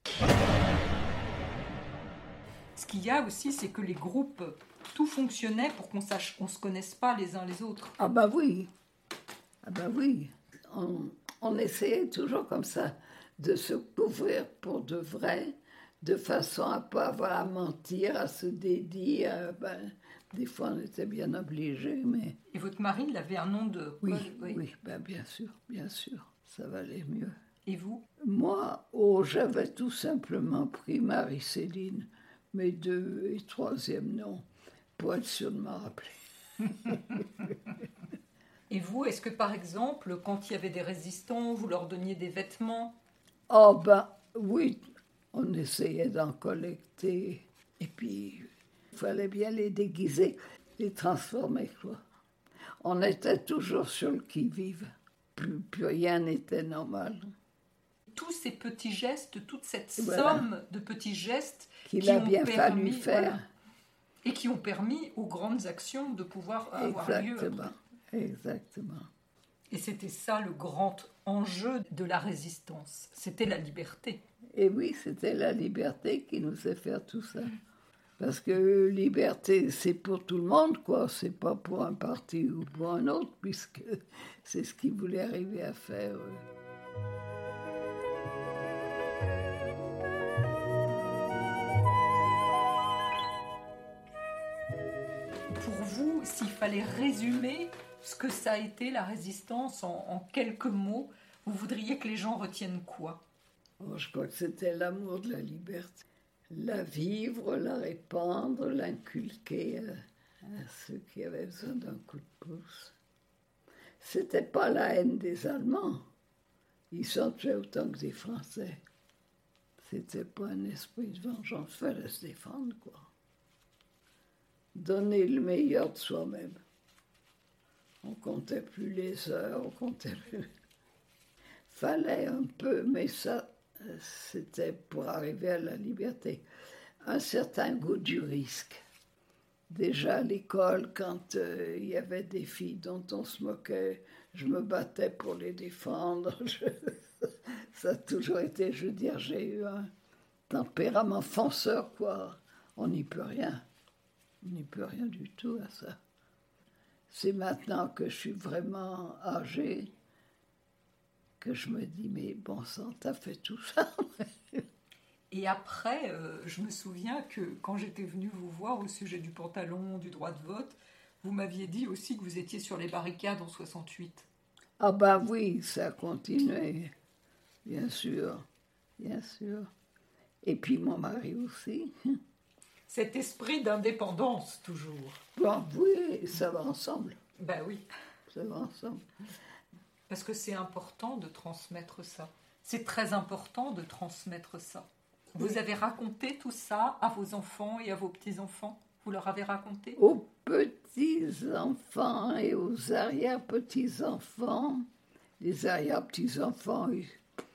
Ce qu'il y a aussi, c'est que les groupes, tout fonctionnait pour qu'on sache, qu'on se connaisse pas les uns les autres. Ah bah oui, ah bah oui. On, on essayait toujours comme ça de se couvrir pour de vrai, de façon à pas avoir à mentir, à se dédire. Ben, des fois, on était bien obligés, mais... Et votre mari, il avait un nom de... Oui, oui, oui, ben bien sûr, bien sûr, ça valait mieux. Et vous? Moi, oh, j'avais tout simplement pris Marie-Céline, mes deux et troisième noms, pour être sûr de me rappeler. Et vous, est-ce que par exemple, quand il y avait des résistants, vous leur donniez des vêtements? Oh ben oui, on essayait d'en collecter. Et puis, il fallait bien les déguiser, les transformer, quoi. On était toujours sur le qui-vive. Plus, plus rien n'était normal. Tous ces petits gestes, toute cette voilà. somme de petits gestes qu'il qui a ont bien permis, fallu faire. Voilà, et qui ont permis aux grandes actions de pouvoir avoir Exactement. lieu. Exactement. Et c'était ça le grand enjeu de la résistance. C'était la liberté. Et oui, c'était la liberté qui nous fait faire tout ça. Parce que liberté, c'est pour tout le monde, quoi. C'est pas pour un parti ou pour un autre, puisque c'est ce qu'ils voulaient arriver à faire. Pour vous, s'il fallait résumer ce que ça a été la résistance en, en quelques mots, vous voudriez que les gens retiennent quoi? Oh, je crois que c'était l'amour de la liberté. La vivre, la répandre, l'inculquer à, à ceux qui avaient besoin d'un coup de pouce. C'était pas la haine des Allemands, Ils s'en tuaient autant que des Français. C'était pas un esprit de vengeance, il fallait se défendre, quoi. Donner le meilleur de soi-même. On comptait plus les heures, on comptait plus... Fallait un peu, mais ça, c'était pour arriver à la liberté. Un certain goût du risque. Déjà à l'école, quand euh, il y avait des filles dont on se moquait, je me battais pour les défendre. Je... Ça a toujours été, je veux dire, j'ai eu un tempérament fonceur, quoi. On n'y peut rien. On n'y peut rien du tout à ça. C'est maintenant que je suis vraiment âgée que je me dis, mais bon sang, t'as fait tout ça. Et après, euh, je me souviens que quand j'étais venue vous voir au sujet du pantalon, du droit de vote, vous m'aviez dit aussi que vous étiez sur les barricades en soixante-huit. Ah ben oui, ça a continué, bien sûr, bien sûr. Et puis mon mari aussi. Cet esprit d'indépendance, toujours. Bon, oui, ça va ensemble. Ben oui. Ça va ensemble. Parce que c'est important de transmettre ça. C'est très important de transmettre ça. Vous Oui. avez raconté tout ça à vos enfants et à vos petits-enfants? Vous leur avez raconté? Aux petits-enfants et aux arrière-petits-enfants. Les arrière-petits-enfants, ils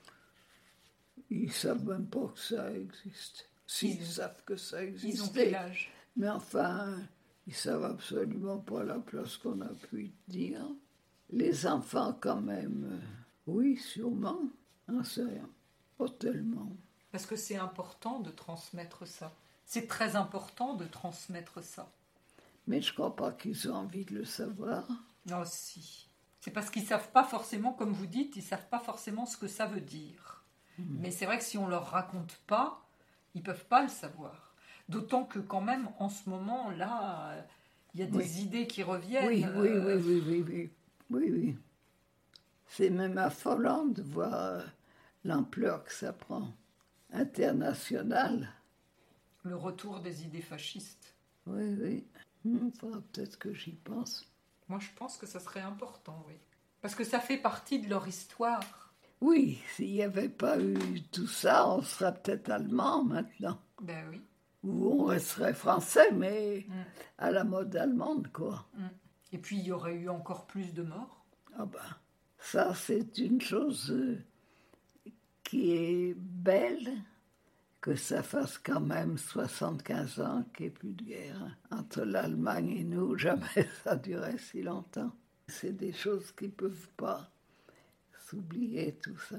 ne savent même pas que ça existe. S'ils Ils- savent que ça existe. Ils ont quel âge? Mais enfin, ils savent absolument pas la place qu'on a pu dire. Les enfants, quand même, euh, oui, sûrement. J'en sais rien. Pas tellement. Parce que c'est important de transmettre ça. C'est très important de transmettre ça. Mais je crois pas qu'ils ont envie de le savoir. Oh si. C'est parce qu'ils savent pas forcément, comme vous dites, ils savent pas forcément ce que ça veut dire. Mhm. Mais c'est vrai que si on leur raconte pas, ils peuvent pas le savoir. D'autant que quand même, en ce moment, là, euh, il y a des Oui. idées qui reviennent. Oui, oui, euh, oui, oui, oui, oui. Oui, oui. C'est même affolant de voir euh, l'ampleur que ça prend. International. Le retour des idées fascistes. Oui, oui. Il faudra peut-être que j'y pense. Moi, je pense que ça serait important, oui. Parce que ça fait partie de leur histoire. Oui, s'il n'y avait pas eu tout ça, on serait peut-être allemand maintenant. Ben oui. Ou on resterait français, mais Mm. à la mode allemande, quoi. Mm. Et puis, il y aurait eu encore plus de morts. Ah ben, ça, c'est une chose euh, qui est belle, que ça fasse quand même soixante-quinze ans qu'il n'y ait plus de guerre. Entre l'Allemagne et nous, jamais ça durait si longtemps. C'est des choses qui ne peuvent pas s'oublier, tout ça.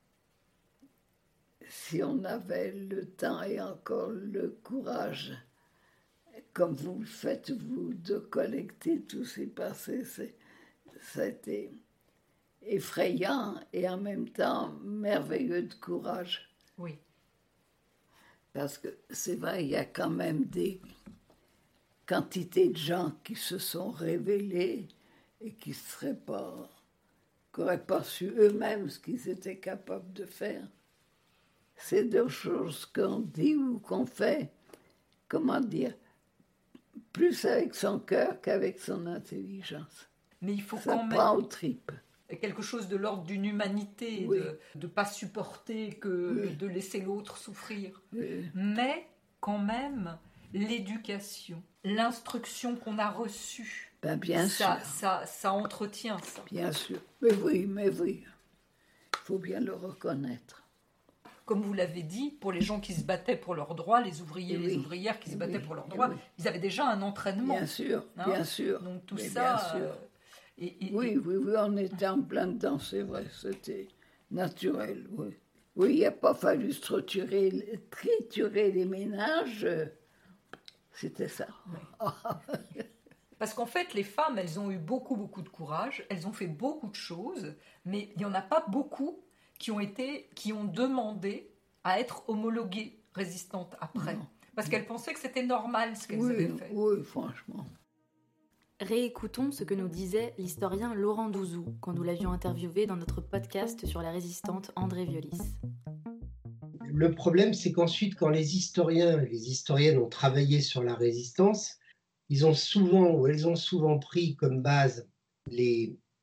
Si on avait le temps et encore le courage, comme vous le faites, vous, de collecter tous ces passés, c'est, ça a été effrayant et en même temps merveilleux de courage. Oui. Parce que c'est vrai, il y a quand même des quantités de gens qui se sont révélés et qui seraient pas, qui n'auraient pas su eux-mêmes ce qu'ils étaient capables de faire. C'est deux choses qu'on dit ou qu'on fait, comment dire, plus avec son cœur qu'avec son intelligence. Mais il faut Ça quand même prend aux tripes. quelque chose de l'ordre d'une humanité, Oui. de ne pas supporter que Oui. de laisser l'autre souffrir. Oui. Mais quand même, l'éducation, l'instruction qu'on a reçue, Ben, bien ça, sûr. ça, ça entretient ça. Bien sûr. Mais oui, mais oui. Il faut bien le reconnaître. Comme vous l'avez dit, pour les gens qui se battaient pour leurs droits, les ouvriers et Oui. les ouvrières qui se Oui. battaient pour leurs Oui. droits, ils avaient déjà un entraînement. Bien sûr, Hein. bien sûr. Donc tout Mais ça... bien sûr. euh, et- et- Oui, oui, oui, on était en plein dedans, c'est vrai, c'était naturel, oui. Oui, il n'a pas fallu structurer, triturer les ménages, euh, c'était ça. Parce qu'en fait, les femmes, elles ont eu beaucoup, beaucoup de courage, elles ont fait beaucoup de choses, mais il n'y en a pas beaucoup qui ont été, qui ont demandé à être homologuées résistantes après. Non. Parce qu'elles pensaient que c'était normal ce qu'elles Oui, avaient fait. oui, franchement. Réécoutons ce que nous disait l'historien Laurent Douzou quand nous l'avions interviewé dans notre podcast sur la résistante André Violis. Le problème, c'est qu'ensuite, quand les historiens, les historiennes ont travaillé sur la résistance, ils ont souvent, ou elles ont souvent pris comme base les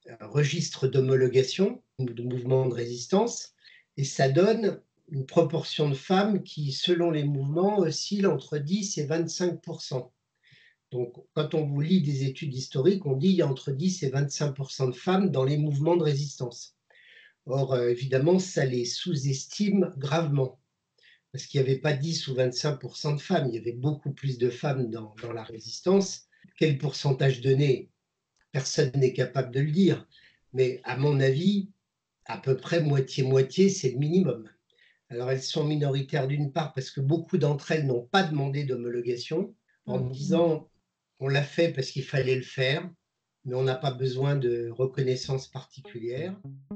un registre d'homologation, de mouvements de résistance, et ça donne une proportion de femmes qui, selon les mouvements, oscille entre dix et vingt-cinq pour cent. Donc, quand on vous lit des études historiques, on dit qu'il y a entre dix et vingt-cinq pour cent de femmes dans les mouvements de résistance. Or, euh, évidemment, ça les sous-estime gravement, parce qu'il n'y avait pas dix ou vingt-cinq pour cent de femmes, il y avait beaucoup plus de femmes dans, dans la résistance. Quel pourcentage donné? Personne n'est capable de le dire, mais à mon avis, à peu près moitié-moitié, c'est le minimum. Alors, elles sont minoritaires d'une part parce que beaucoup d'entre elles n'ont pas demandé d'homologation en mmh. disant on l'a fait parce qu'il fallait le faire, mais on n'a pas besoin de reconnaissance particulière.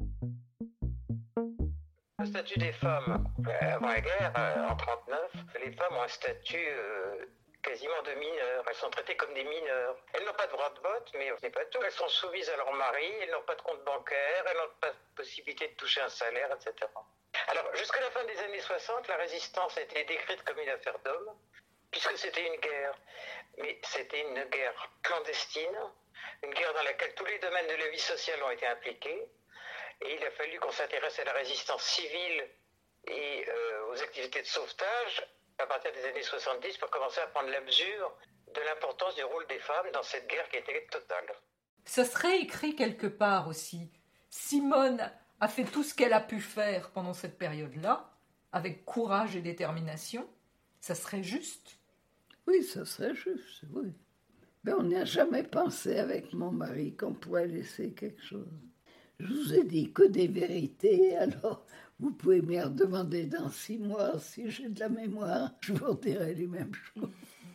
Le statut des femmes avant la guerre, en mille neuf cent trente-neuf, les femmes ont un statut euh, quasiment de mineurs. Elles sont traitées comme des mineurs. Elles n'ont pas de droit de vote, mais ce n'est pas tout. Elles sont soumises à leur mari, elles n'ont pas de compte bancaire, elles n'ont pas de possibilité de toucher un salaire, et cetera. Alors, jusqu'à la fin des années soixante, la résistance a été décrite comme une affaire d'hommes, puisque c'était une guerre. Mais c'était une guerre clandestine, une guerre dans laquelle tous les domaines de la vie sociale ont été impliqués. Et il a fallu qu'on s'intéresse à la résistance civile et euh, aux activités de sauvetage à partir des années soixante-dix pour commencer à prendre la mesure de l'importance du rôle des femmes dans cette guerre qui était totale. Ça serait écrit quelque part aussi. Simone a fait tout ce qu'elle a pu faire pendant cette période-là, avec courage et détermination. Ça serait juste. Oui, ça serait juste, oui. Mais on n'a jamais pensé avec mon mari qu'on pourrait laisser quelque chose. Je vous ai dit que des vérités, alors vous pouvez me redemander dans six mois si j'ai de la mémoire, je vous dirai les mêmes choses.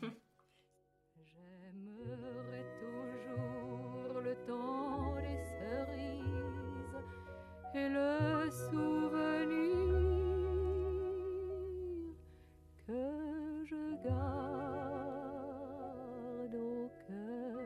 J'aimerais toujours le temps des cerises et le souvenir que je garde au cœur.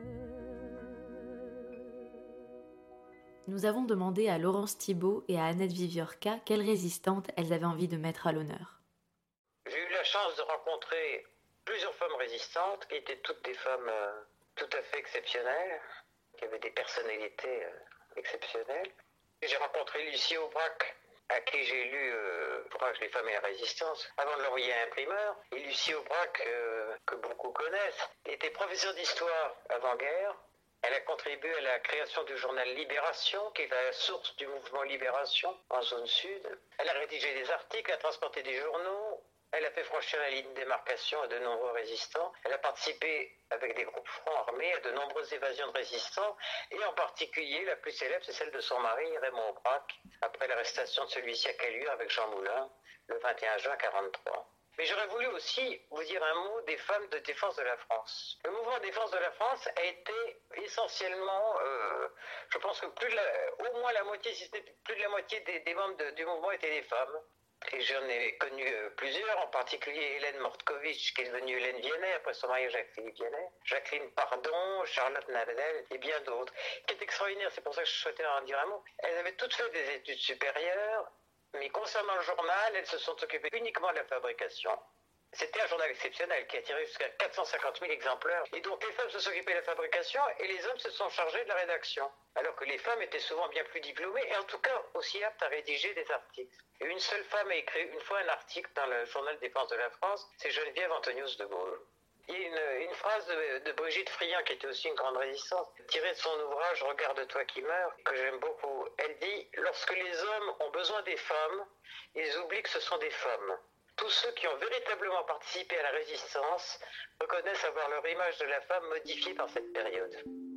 Nous avons demandé à Laurence Thibault et à Annette Viviorca quelles résistantes elles avaient envie de mettre à l'honneur. J'ai eu la chance de rencontrer plusieurs femmes résistantes qui étaient toutes des femmes euh, tout à fait exceptionnelles, qui avaient des personnalités euh, exceptionnelles. J'ai rencontré Lucie Aubrac, à qui j'ai lu euh, Aubrac, les femmes et la résistance, avant de l'envoyer à imprimeur. Et Lucie Aubrac, euh, que beaucoup connaissent, était professeure d'histoire avant-guerre. Elle a contribué à la création du journal Libération, qui est la source du mouvement Libération en zone sud. Elle a rédigé des articles, a transporté des journaux. Elle a fait franchir la ligne de démarcation à de nombreux résistants. Elle a participé avec des groupes francs armés à de nombreuses évasions de résistants. Et en particulier, la plus célèbre, c'est celle de son mari, Raymond Aubrac, après l'arrestation de celui-ci à Caluire avec Jean Moulin, le vingt et un juin mille neuf cent quarante-trois. Mais j'aurais voulu aussi vous dire un mot des femmes de défense de la France. Le mouvement de défense de la France a été essentiellement, euh, je pense que plus de la, au moins la moitié, si c'était plus de la moitié des, des membres de, du mouvement étaient des femmes. Et j'en ai connu euh, plusieurs, en particulier Hélène Mortkovitch, qui est devenue Hélène Viennet, après son mariage avec Philippe Viennet, Jacqueline Pardon, Charlotte Nadel et bien d'autres. Ce qui est extraordinaire, c'est pour ça que je souhaitais en dire un mot, elles avaient toutes fait des études supérieures, mais concernant le journal, elles se sont occupées uniquement de la fabrication. C'était un journal exceptionnel qui a tiré jusqu'à quatre cent cinquante mille exemplaires. Et donc les femmes se sont occupées de la fabrication et les hommes se sont chargés de la rédaction. Alors que les femmes étaient souvent bien plus diplômées et en tout cas aussi aptes à rédiger des articles. Et une seule femme a écrit une fois un article dans le journal Défense de la France, c'est Geneviève Antonius de Gaulle. Il y a une, une phrase de, de Brigitte Friant, qui était aussi une grande résistante, tirée de son ouvrage « Regarde-toi qui meurs », que j'aime beaucoup. Elle dit « Lorsque les hommes ont besoin des femmes, ils oublient que ce sont des femmes. Tous ceux qui ont véritablement participé à la résistance reconnaissent avoir leur image de la femme modifiée par cette période. »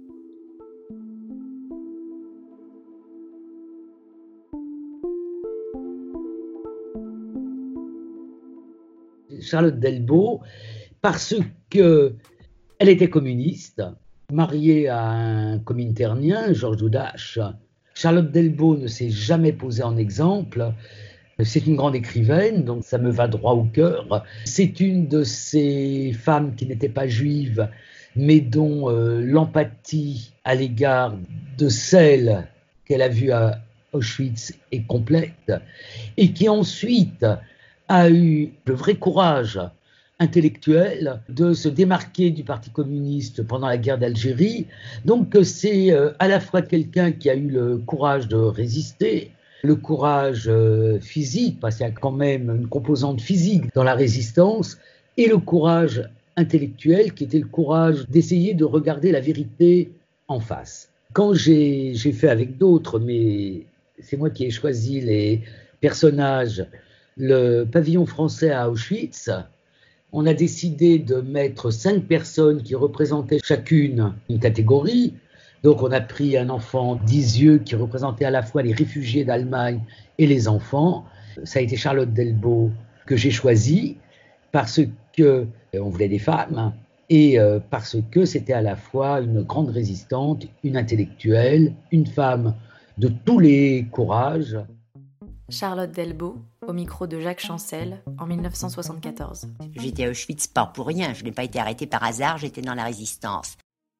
Charlotte Delbo, parce qu'elle était communiste, mariée à un cominternien, Georges Doudache. Charlotte Delbo ne s'est jamais posée en exemple. C'est une grande écrivaine, donc ça me va droit au cœur. C'est une de ces femmes qui n'étaient pas juives, mais dont euh, l'empathie à l'égard de celle qu'elle a vue à Auschwitz est complète, et qui ensuite a eu le vrai courage intellectuel de se démarquer du Parti communiste pendant la guerre d'Algérie. Donc c'est euh, à la fois quelqu'un qui a eu le courage de résister, le courage euh, physique, parce qu'il y a quand même une composante physique dans la résistance, et le courage intellectuel qui était le courage d'essayer de regarder la vérité en face. Quand j'ai, j'ai fait avec d'autres, mais c'est moi qui ai choisi les personnages, le pavillon français à Auschwitz, on a décidé de mettre cinq personnes qui représentaient chacune une catégorie. Donc on a pris un enfant d'Isieux qui représentait à la fois les réfugiés d'Allemagne et les enfants. Ça a été Charlotte Delbo que j'ai choisie parce que on voulait des femmes et parce que c'était à la fois une grande résistante, une intellectuelle, une femme de tous les courages. Charlotte Delbo, au micro de Jacques Chancel, en dix-neuf cent soixante-quatorze. J'étais à Auschwitz pas pour rien, je n'ai pas été arrêtée par hasard, j'étais dans la résistance.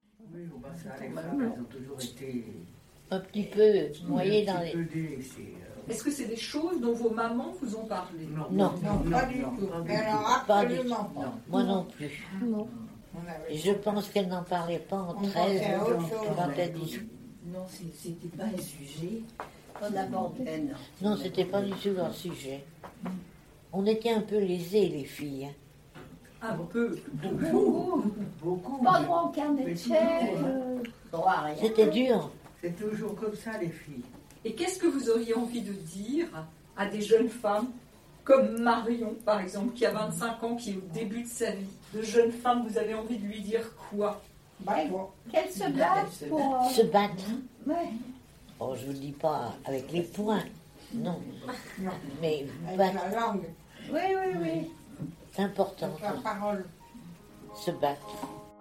Un petit peu noyé dans les... Est-ce que c'est des choses dont vos mamans vous ont parlé? Non, non, pas du tout. Alors, pas du tout. absolument Non, moi non plus. Non. Et je pense qu'elles n'en parlaient pas entre elles quand elles disaient. Non, c'était pas un sujet. On abordait, non. Non, c'était pas du tout un sujet. On était un peu lésés, les filles. Un peu. Beaucoup. Beaucoup. Pas droit au carnet de chèques. C'était dur. C'est toujours comme ça, les filles. Et qu'est-ce que vous auriez envie de dire à des jeunes femmes comme Marion, par exemple, qui a vingt-cinq ans, qui est au début de sa vie? De jeunes femmes, vous avez envie de lui dire quoi? Bravo. Qu'elle se batte pour... Se battre. Ouais. Oh, je vous le dis pas avec les poings. Non. Non. Mais avec battre. la langue. Oui, oui, oui. C'est important. La parole. Se battre.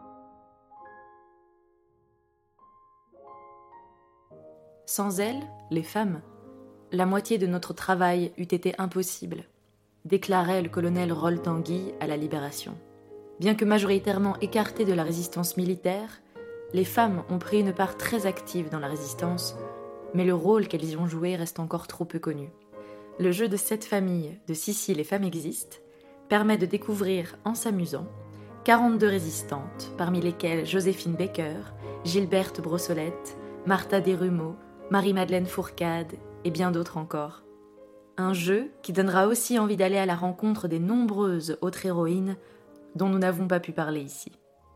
Sans elles, les femmes, la moitié de notre travail eût été impossible, déclarait le colonel Roll Tanguy à la Libération. Bien que majoritairement écartées de la résistance militaire, les femmes ont pris une part très active dans la résistance, mais le rôle qu'elles y ont joué reste encore trop peu connu. Le jeu de cette famille de Sissi Les Femmes Existent permet de découvrir, en s'amusant, quarante-deux résistantes, parmi lesquelles Joséphine Baker, Gilberte Brossolette, Martha Desrumeaux, Marie-Madeleine Fourcade et bien d'autres encore. Un jeu qui donnera aussi envie d'aller à la rencontre des nombreuses autres héroïnes dont nous n'avons pas pu parler ici.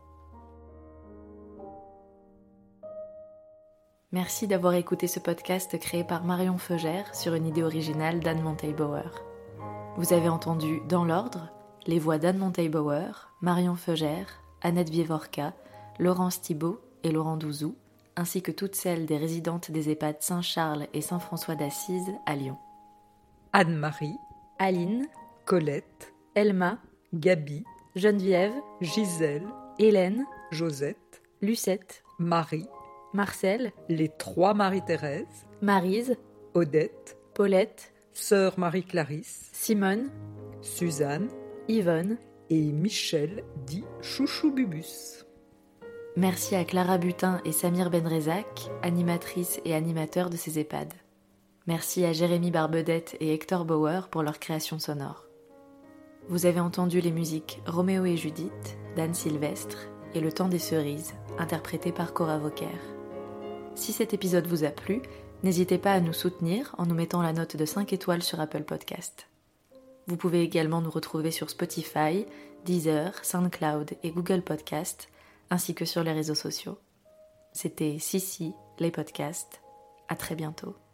Merci d'avoir écouté ce podcast créé par Marion Feugère sur une idée originale d'Anne Monteil-Bauer. Vous avez entendu, dans l'ordre, les voix d'Anne Monteil-Bauer, Marion Feugère, Annette Vievorka, Laurence Thibault et Laurent Douzou, ainsi que toutes celles des résidentes des EHPAD Saint-Charles et Saint-François d'Assise à Lyon. Anne-Marie, Aline, Colette, Elma, Gabi, Geneviève, Gisèle, Hélène, Josette, Lucette, Marie, Marcel, les trois Marie-Thérèse, Maryse, Odette, Paulette, Sœur Marie-Clarisse, Simone, Suzanne Yvonne et Michel dit Chouchou Bubus. Merci à Clara Butin et Samir Benrezak, animatrices et animateurs de ces EHPAD. Merci à Jérémy Barbedette et Hector Bauer pour leur création sonore. Vous avez entendu les musiques Roméo et Judith d'Anne Sylvestre et Le Temps des Cerises, interprété par Cora Vauquer. Si cet épisode vous a plu, n'hésitez pas à nous soutenir en nous mettant la note de cinq étoiles sur Apple Podcast. Vous pouvez également nous retrouver sur Spotify, Deezer, SoundCloud et Google Podcast, ainsi que sur les réseaux sociaux. C'était Sissi, les podcasts. À très bientôt.